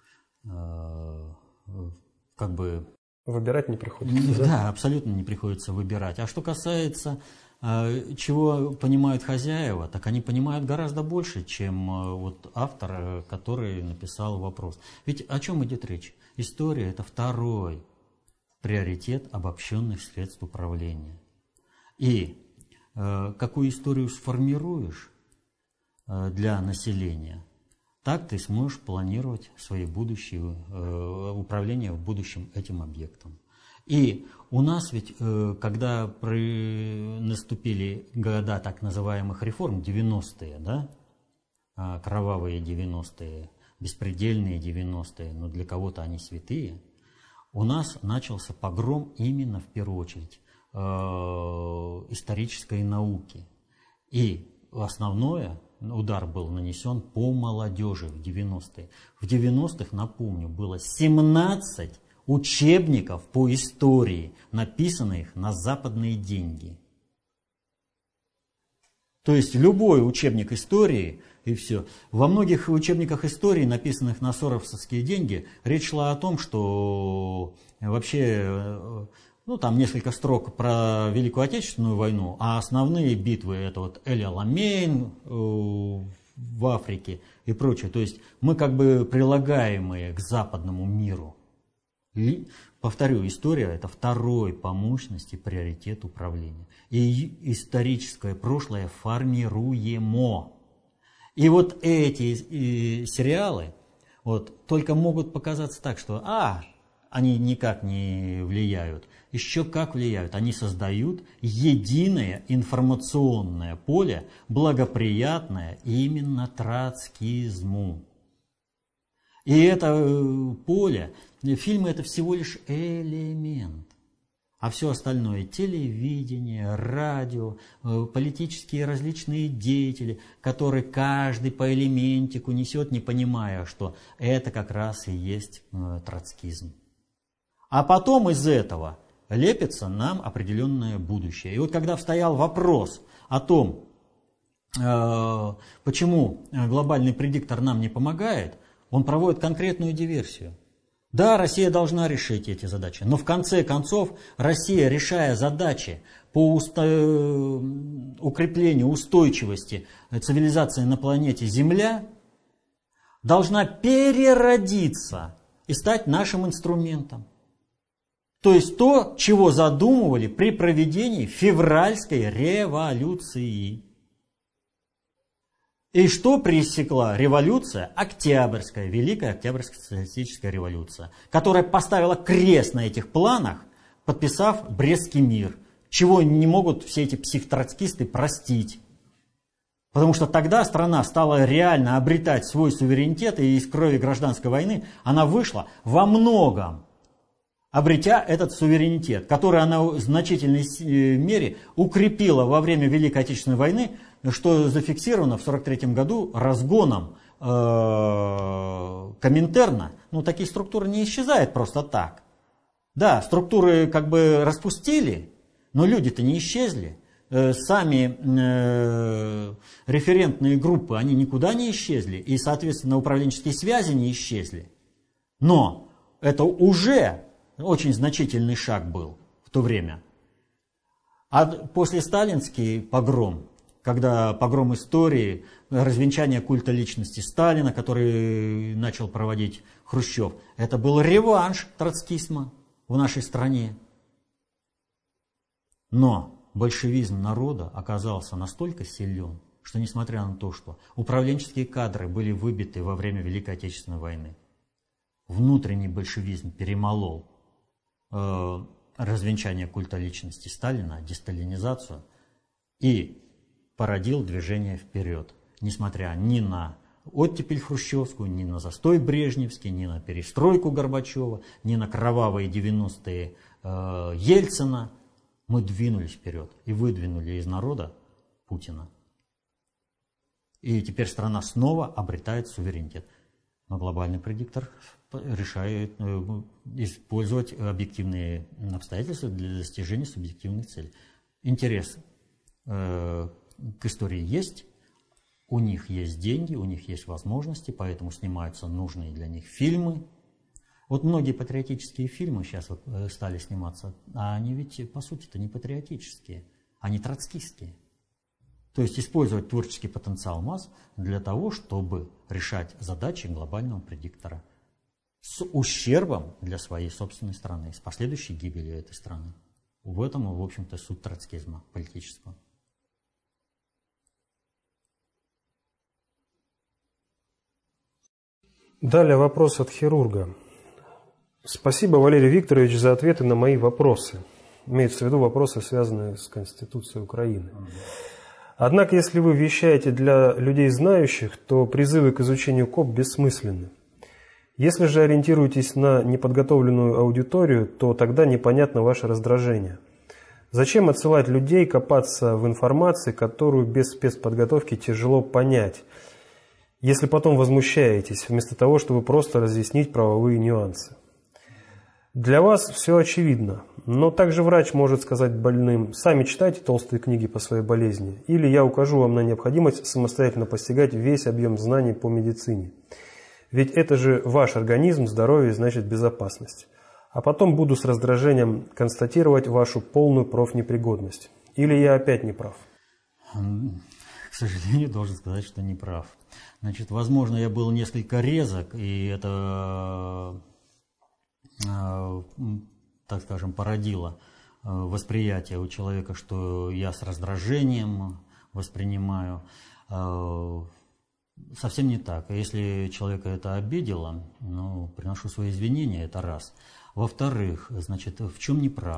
как бы... Выбирать не приходится. Да, абсолютно не приходится выбирать. А что касается, чего понимают хозяева, так они понимают гораздо больше, чем вот автор, который написал вопрос. Ведь о чем идет речь? История – это второй приоритет обобщенных средств управления. И какую историю сформируешь для населения, так ты сможешь планировать свои будущие управление в будущем этим объектом. И у нас ведь, когда наступили года так называемых реформ, 90-е, да, кровавые 90-е, беспредельные 90-е, но для кого-то они святые, у нас начался погром именно в первую очередь исторической науки. И основное, удар был нанесен по молодежи в 90-е. В 90-х, напомню, было 17 учебников по истории, написанных на западные деньги. То есть любой учебник истории и все. Во многих учебниках истории, написанных на соросовские деньги, речь шла о том, что вообще... Ну, там несколько строк про Великую Отечественную войну, а основные битвы это вот Эль-Аламейн в Африке и прочее. То есть мы как бы прилагаемые к западному миру. И, повторю, история это второй по мощности приоритет управления. И историческое прошлое формируемо. И вот эти сериалы вот, только могут показаться так, что они никак не влияют. Еще как влияют. Они создают единое информационное поле, благоприятное именно троцкизму. И это поле, фильмы это всего лишь элемент. А все остальное, телевидение, радио, политические различные деятели, которые каждый по элементику несет, не понимая, что это как раз и есть троцкизм. А потом из этого лепится нам определенное будущее. И вот когда встоял вопрос о том, почему глобальный предиктор нам не помогает, он проводит конкретную диверсию. Да, Россия должна решить эти задачи, но в конце концов Россия, решая задачи по укреплению устойчивости цивилизации на планете Земля, должна переродиться и стать нашим инструментом. То есть то, чего задумывали при проведении февральской революции. И что пресекла революция? Октябрьская, Великая Октябрьская социалистическая революция, которая поставила крест на этих планах, подписав Брестский мир, чего не могут все эти психотроцкисты простить. Потому что тогда страна стала реально обретать свой суверенитет, и из крови гражданской войны она вышла во многом, обретя этот суверенитет, который она в значительной мере укрепила во время Великой Отечественной войны, что зафиксировано в 1943 году разгоном Коминтерна. Ну, такие структуры не исчезают просто так. Да, структуры как бы распустили, но люди-то не исчезли. Сами референтные группы, они никуда не исчезли, и, соответственно, управленческие связи не исчезли. Но это уже очень значительный шаг был в то время. А после сталинский погром, когда погром истории, развенчание культа личности Сталина, который начал проводить Хрущев, это был реванш троцкизма в нашей стране. Но большевизм народа оказался настолько силен, что несмотря на то, что управленческие кадры были выбиты во время Великой Отечественной войны, внутренний большевизм перемолол развенчание культа личности Сталина, десталинизацию, и породил движение вперед, несмотря ни на оттепель хрущевскую, ни на застой брежневский, ни на перестройку Горбачева, ни на кровавые 90-е Ельцина. Мы двинулись вперед и выдвинули из народа Путина. И теперь страна снова обретает суверенитет. Но глобальный предиктор решает использовать объективные обстоятельства для достижения субъективных целей. Интерес к истории есть, у них есть деньги, у них есть возможности, поэтому снимаются нужные для них фильмы. Вот многие патриотические фильмы сейчас вот стали сниматься, а они ведь по сути-то не патриотические, они троцкистские. То есть использовать творческий потенциал масс для того, чтобы решать задачи глобального предиктора с ущербом для своей собственной страны, с последующей гибелью этой страны. В этом, в общем-то, суть троцкизма политического. Далее вопрос от хирурга. Спасибо, Валерий Викторович, за ответы на мои вопросы. Имеются в виду вопросы, связанные с Конституцией Украины. Однако, если вы вещаете для людей знающих, то призывы к изучению КОП бессмысленны. Если же ориентируетесь на неподготовленную аудиторию, то тогда непонятно ваше раздражение. Зачем отсылать людей копаться в информации, которую без спецподготовки тяжело понять, если потом возмущаетесь, вместо того, чтобы просто разъяснить правовые нюансы? Для вас все очевидно, но также врач может сказать больным: сами читайте толстые книги по своей болезни, или я укажу вам на необходимость самостоятельно постигать весь объем знаний по медицине. Ведь это же ваш организм, здоровье, значит безопасность. А потом буду с раздражением констатировать вашу полную профнепригодность. Или я опять не прав? К сожалению, должен сказать, что не прав. Значит, возможно, я был несколько резок, и это, так скажем, породило восприятие у человека, что я с раздражением воспринимаю. Совсем не так. Если человека это обидело, ну, приношу свои извинения, это раз. Во-вторых, значит, в чем не прав?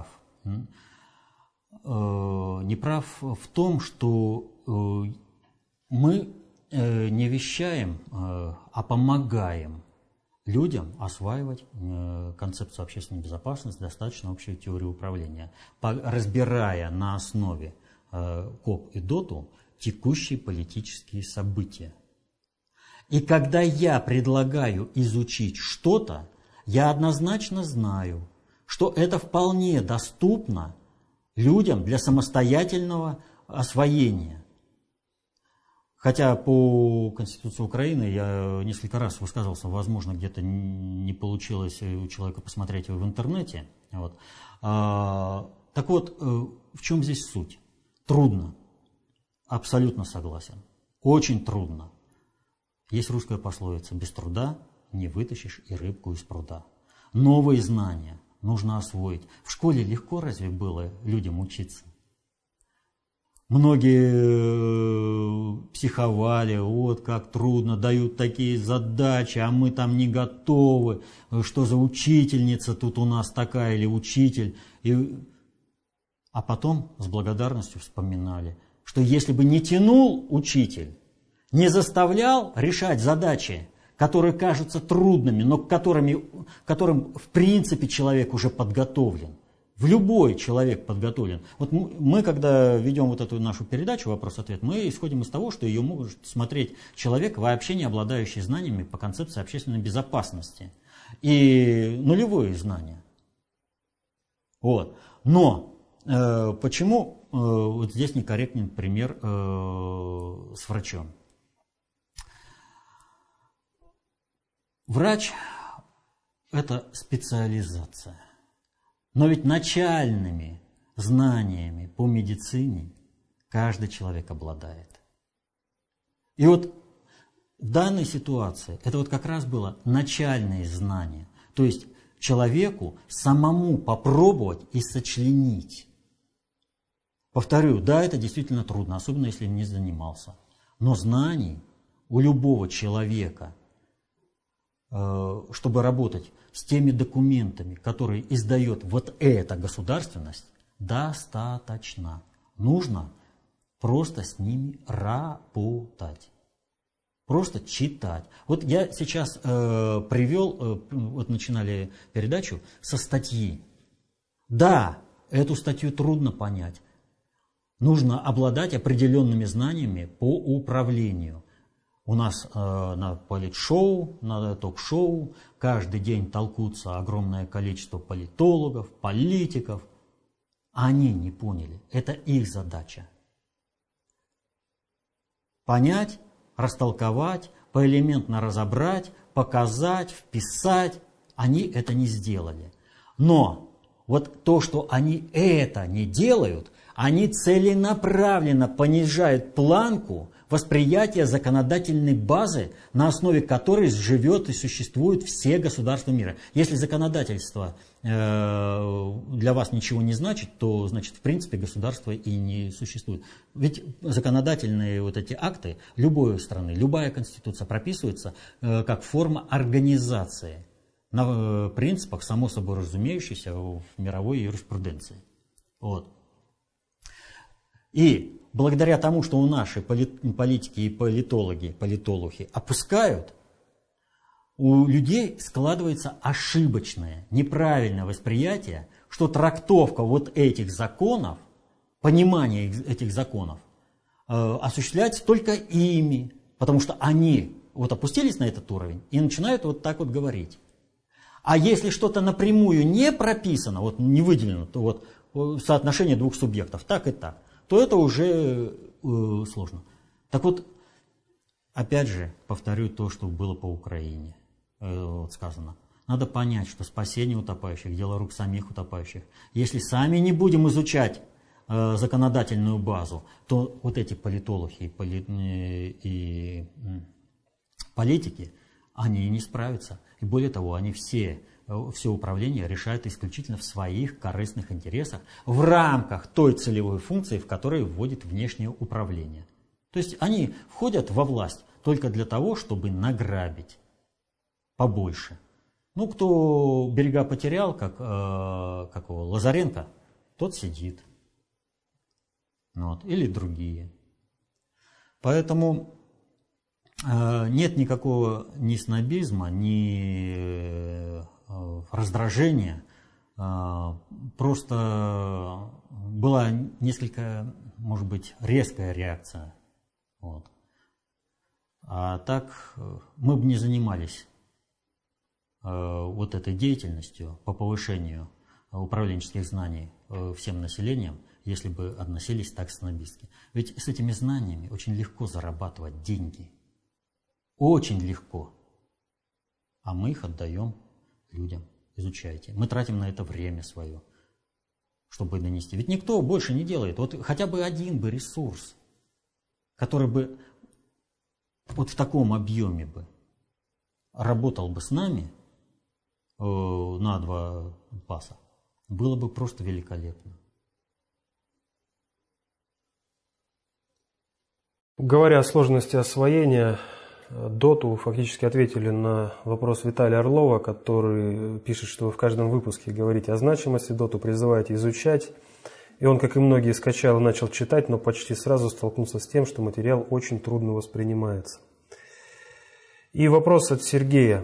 Не прав в том, что мы не вещаем, а помогаем людям осваивать концепцию общественной безопасности, достаточно общую теорию управления, разбирая на основе КОП и ДОТу текущие политические события. И когда я предлагаю изучить что-то, я однозначно знаю, что это вполне доступно людям для самостоятельного освоения. Хотя по Конституции Украины я несколько раз высказывался, возможно, где-то не получилось у человека посмотреть его в интернете. Вот. Так вот, в чем здесь суть? Трудно. Абсолютно согласен. Очень трудно. Есть русская пословица: без труда не вытащишь и рыбку из пруда. Новые знания нужно освоить. В школе легко разве было людям учиться? Многие психовали, вот как трудно, дают такие задачи, а мы там не готовы, что за учительница тут у нас такая или учитель. А потом с благодарностью вспоминали, что если бы не тянул учитель, не заставлял решать задачи, которые кажутся трудными, но к которым в принципе человек уже подготовлен. В любой человек подготовлен. Вот мы, когда ведем вот эту нашу передачу «Вопрос-ответ», мы исходим из того, что ее может смотреть человек, вообще не обладающий знаниями по концепции общественной безопасности. И нулевое знание. Вот. Но почему вот здесь некорректный пример с врачом? Врач – это специализация. Но ведь начальными знаниями по медицине каждый человек обладает. И вот в данной ситуации это вот как раз было начальные знания. То есть человеку самому попробовать и сочленить. Повторю, да, это действительно трудно, особенно если не занимался. Но знаний у любого человека, чтобы работать с теми документами, которые издает вот эта государственность, достаточно. Нужно просто с ними работать. Просто читать. Вот я сейчас привел, вот начинали передачу со статьи. Да, эту статью трудно понять. Нужно обладать определенными знаниями по управлению. У нас на политшоу, на ток-шоу каждый день толкутся огромное количество политологов, политиков. Они не поняли. Это их задача. Понять, растолковать, поэлементно разобрать, показать, вписать. Они это не сделали. Но вот то, что они это не делают, они целенаправленно понижают планку восприятия законодательной базы, на основе которой живет и существуют все государства мира. Если законодательство для вас ничего не значит, то, значит, в принципе, государство и не существует. Ведь законодательные вот эти акты любой страны, любая конституция прописывается как форма организации на принципах, само собой разумеющихся, в мировой юриспруденции. Вот. И благодаря тому, что у наши политики и политологи опускают, у людей складывается ошибочное, неправильное восприятие, что трактовка вот этих законов, понимание этих законов осуществляется только ими, потому что они вот опустились на этот уровень и начинают вот так вот говорить. А если что-то напрямую не прописано, вот не выделено, то вот соотношение двух субъектов, так и так, то это уже сложно. Так вот, опять же, повторю то, что было по Украине. Вот сказано. Надо понять, что спасение утопающих – дело рук самих утопающих. Если сами не будем изучать законодательную базу, то вот эти политологи и политики, они не справятся. И более того, они все управление решают исключительно в своих корыстных интересах в рамках той целевой функции, в которой вводит внешнее управление. То есть они входят во власть только для того, чтобы награбить побольше. Ну, кто берега потерял, как Лазаренко, тот сидит. Вот. Или другие. Поэтому нет никакого ни снобизма, ни раздражения. Просто была несколько, может быть, резкая реакция. Вот. А так мы бы не занимались вот этой деятельностью по повышению управленческих знаний всем населением, если бы относились так снобистски. Ведь с этими знаниями очень легко зарабатывать деньги. Очень легко. А мы их отдаем людям. Изучайте. Мы тратим на это время свое, чтобы донести. Ведь никто больше не делает. Вот хотя бы один бы ресурс, который бы вот в таком объеме бы работал бы с нами, на 2 паса. Было бы просто великолепно. Говоря о сложности освоения, Доту фактически ответили на вопрос Виталия Орлова, который пишет, что вы в каждом выпуске говорите о значимости Доту, призываете изучать. И он, как и многие, скачал и начал читать, но почти сразу столкнулся с тем, что материал очень трудно воспринимается. И вопрос от Сергея,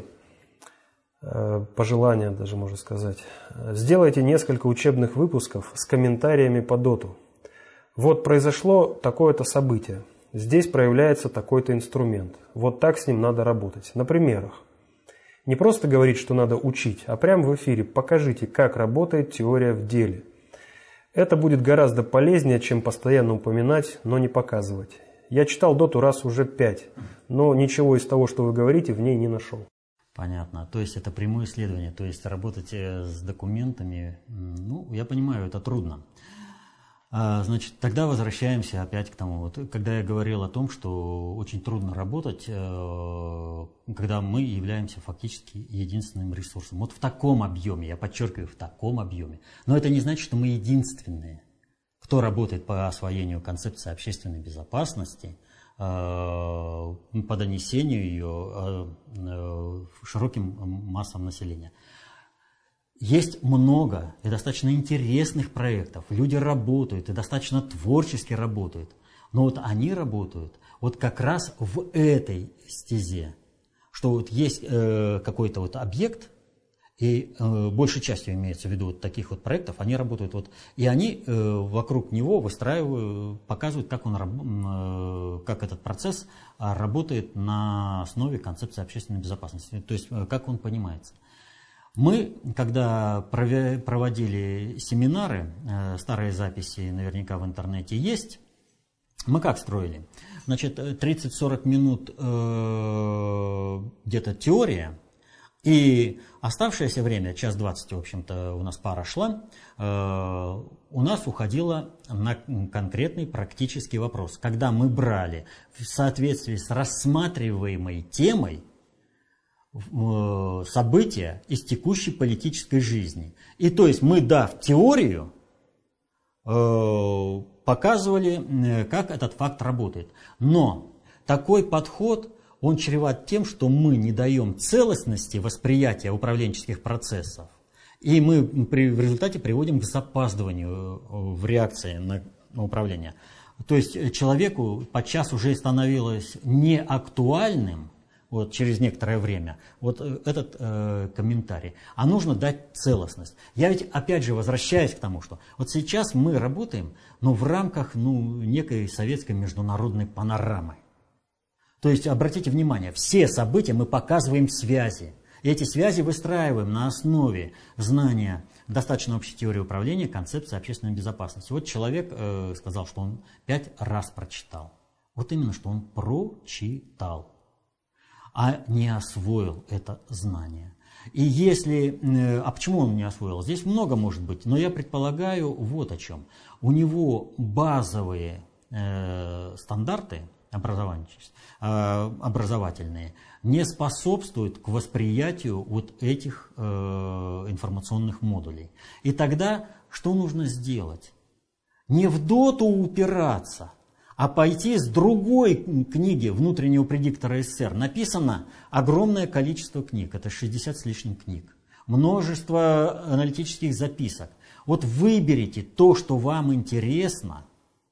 пожелание даже можно сказать. Сделайте несколько учебных выпусков с комментариями по Доту. Вот произошло такое-то событие. Здесь проявляется такой-то инструмент. Вот так с ним надо работать. На примерах. Не просто говорить, что надо учить, а прямо в эфире покажите, как работает теория в деле. Это будет гораздо полезнее, чем постоянно упоминать, но не показывать. Я читал Доту раз уже 5, но ничего из того, что вы говорите, в ней не нашел. Понятно. То есть это прямое исследование. То есть работать с документами, я понимаю, это трудно. Значит, тогда возвращаемся опять к тому, вот, когда я говорил о том, что очень трудно работать, когда мы являемся фактически единственным ресурсом. Вот в таком объеме, я подчеркиваю, в таком объеме. Но это не значит, что мы единственные, кто работает по освоению концепции общественной безопасности, по донесению ее широким массам населения. Есть много и достаточно интересных проектов, люди работают и достаточно творчески работают, но вот они работают вот как раз в этой стезе, что вот есть какой-то вот объект, и большей частью имеется в виду вот таких вот проектов, они работают вот, и они вокруг него выстраивают, показывают, как этот процесс работает на основе концепции общественной безопасности, то есть как он понимается. Мы, когда проводили семинары, старые записи наверняка в интернете есть, мы как строили? Значит, 30-40 минут где-то теория, и оставшееся время, 1:20, в общем-то, у нас пара шла, у нас уходило на конкретный практический вопрос. Когда мы брали в соответствии с рассматриваемой темой события из текущей политической жизни. И то есть мы, дав теорию, показывали, как этот факт работает. Но такой подход, он чреват тем, что мы не даем целостности восприятия управленческих процессов. И мы в результате приводим к запаздыванию в реакции на управление. То есть человеку подчас уже становилось неактуальным, вот через некоторое время, вот этот комментарий. А нужно дать целостность. Я ведь опять же возвращаюсь к тому, что вот сейчас мы работаем, но в рамках некой советской международной панорамы. То есть, обратите внимание, все события мы показываем связи. И эти связи выстраиваем на основе знания достаточно общей теории управления, концепции общественной безопасности. Вот человек сказал, что он 5 раз прочитал. Вот именно, что он прочитал, а не освоил это знание. И если... А почему он не освоил? Здесь много может быть, но я предполагаю вот о чем. У него базовые стандарты образовательные не способствуют к восприятию вот этих информационных модулей. И тогда что нужно сделать? Не в доту упираться, а пойти с другой книги внутреннего предиктора СССР. Написано огромное количество книг, это 60 с лишним книг, множество аналитических записок. Вот выберите то, что вам интересно,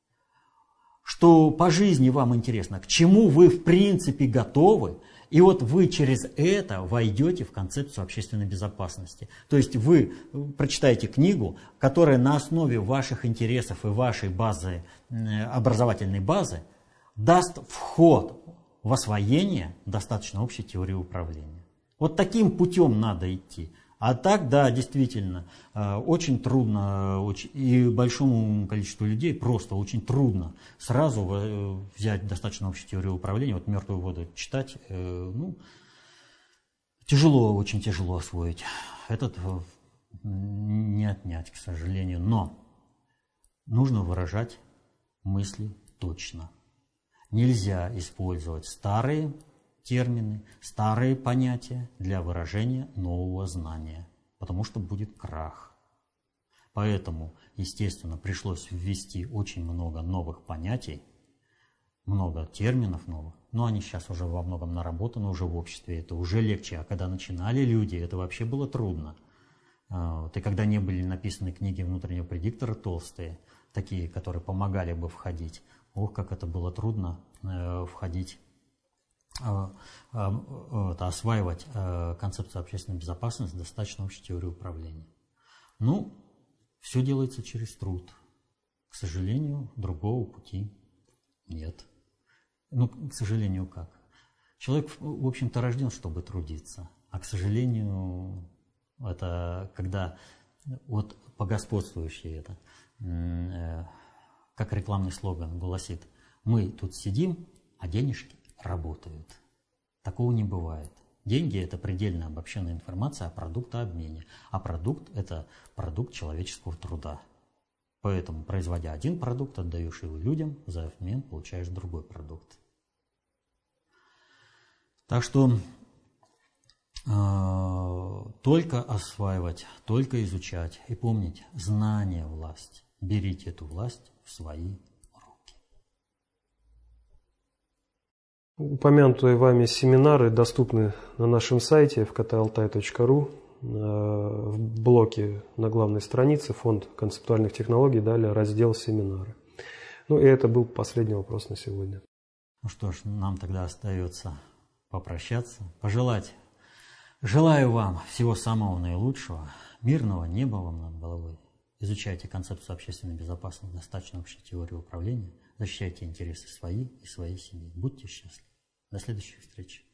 что по жизни вам интересно, к чему вы в принципе готовы, и вот вы через это войдете в концепцию общественной безопасности. То есть вы прочитаете книгу, которая на основе ваших интересов и вашей базы, образовательной базы, даст вход в освоение достаточно общей теории управления. Вот таким путем надо идти. А так, да, действительно, очень трудно, и большому количеству людей просто очень трудно сразу взять достаточно общую теорию управления, вот «Мертвую воду» читать, тяжело, очень тяжело освоить. Этот не отнять, к сожалению, но нужно выражать мысли точно. Нельзя использовать старые термины, старые понятия для выражения нового знания, потому что будет крах. Поэтому, естественно, пришлось ввести очень много новых понятий, много терминов новых, но они сейчас уже во многом наработаны уже в обществе, это уже легче, а когда начинали люди, это вообще было трудно. И когда не были написаны книги внутреннего предиктора толстые, такие, которые помогали бы входить, ох, как это было трудно входить, осваивать концепцию общественной безопасности, достаточно общей теории управления. Ну, все делается через труд. К сожалению, другого пути нет. Ну, к сожалению, как? Человек, в общем-то, рожден, чтобы трудиться. А, к сожалению, это когда вот по господствующей это, как рекламный слоган гласит, мы тут сидим, а денежки работают. Такого не бывает. Деньги – это предельно обобщенная информация о продуктообмене, а продукт – это продукт человеческого труда. Поэтому, производя один продукт, отдаешь его людям, за обмен получаешь другой продукт. Так что только осваивать, только изучать и помнить, знание – власть. Берите эту власть в свои руки. Упомянутые вами семинары доступны на нашем сайте fktaltai.ru в блоке на главной странице «Фонд концептуальных технологий», далее раздел «Семинары». Ну и это был последний вопрос на сегодня. Ну что ж, нам тогда остается попрощаться, пожелать. Желаю вам всего самого наилучшего, мирного неба вам над головой. Изучайте концепцию общественной безопасности, достаточно общей теории управления, защищайте интересы свои и своей семьи. Будьте счастливы. До следующих встреч.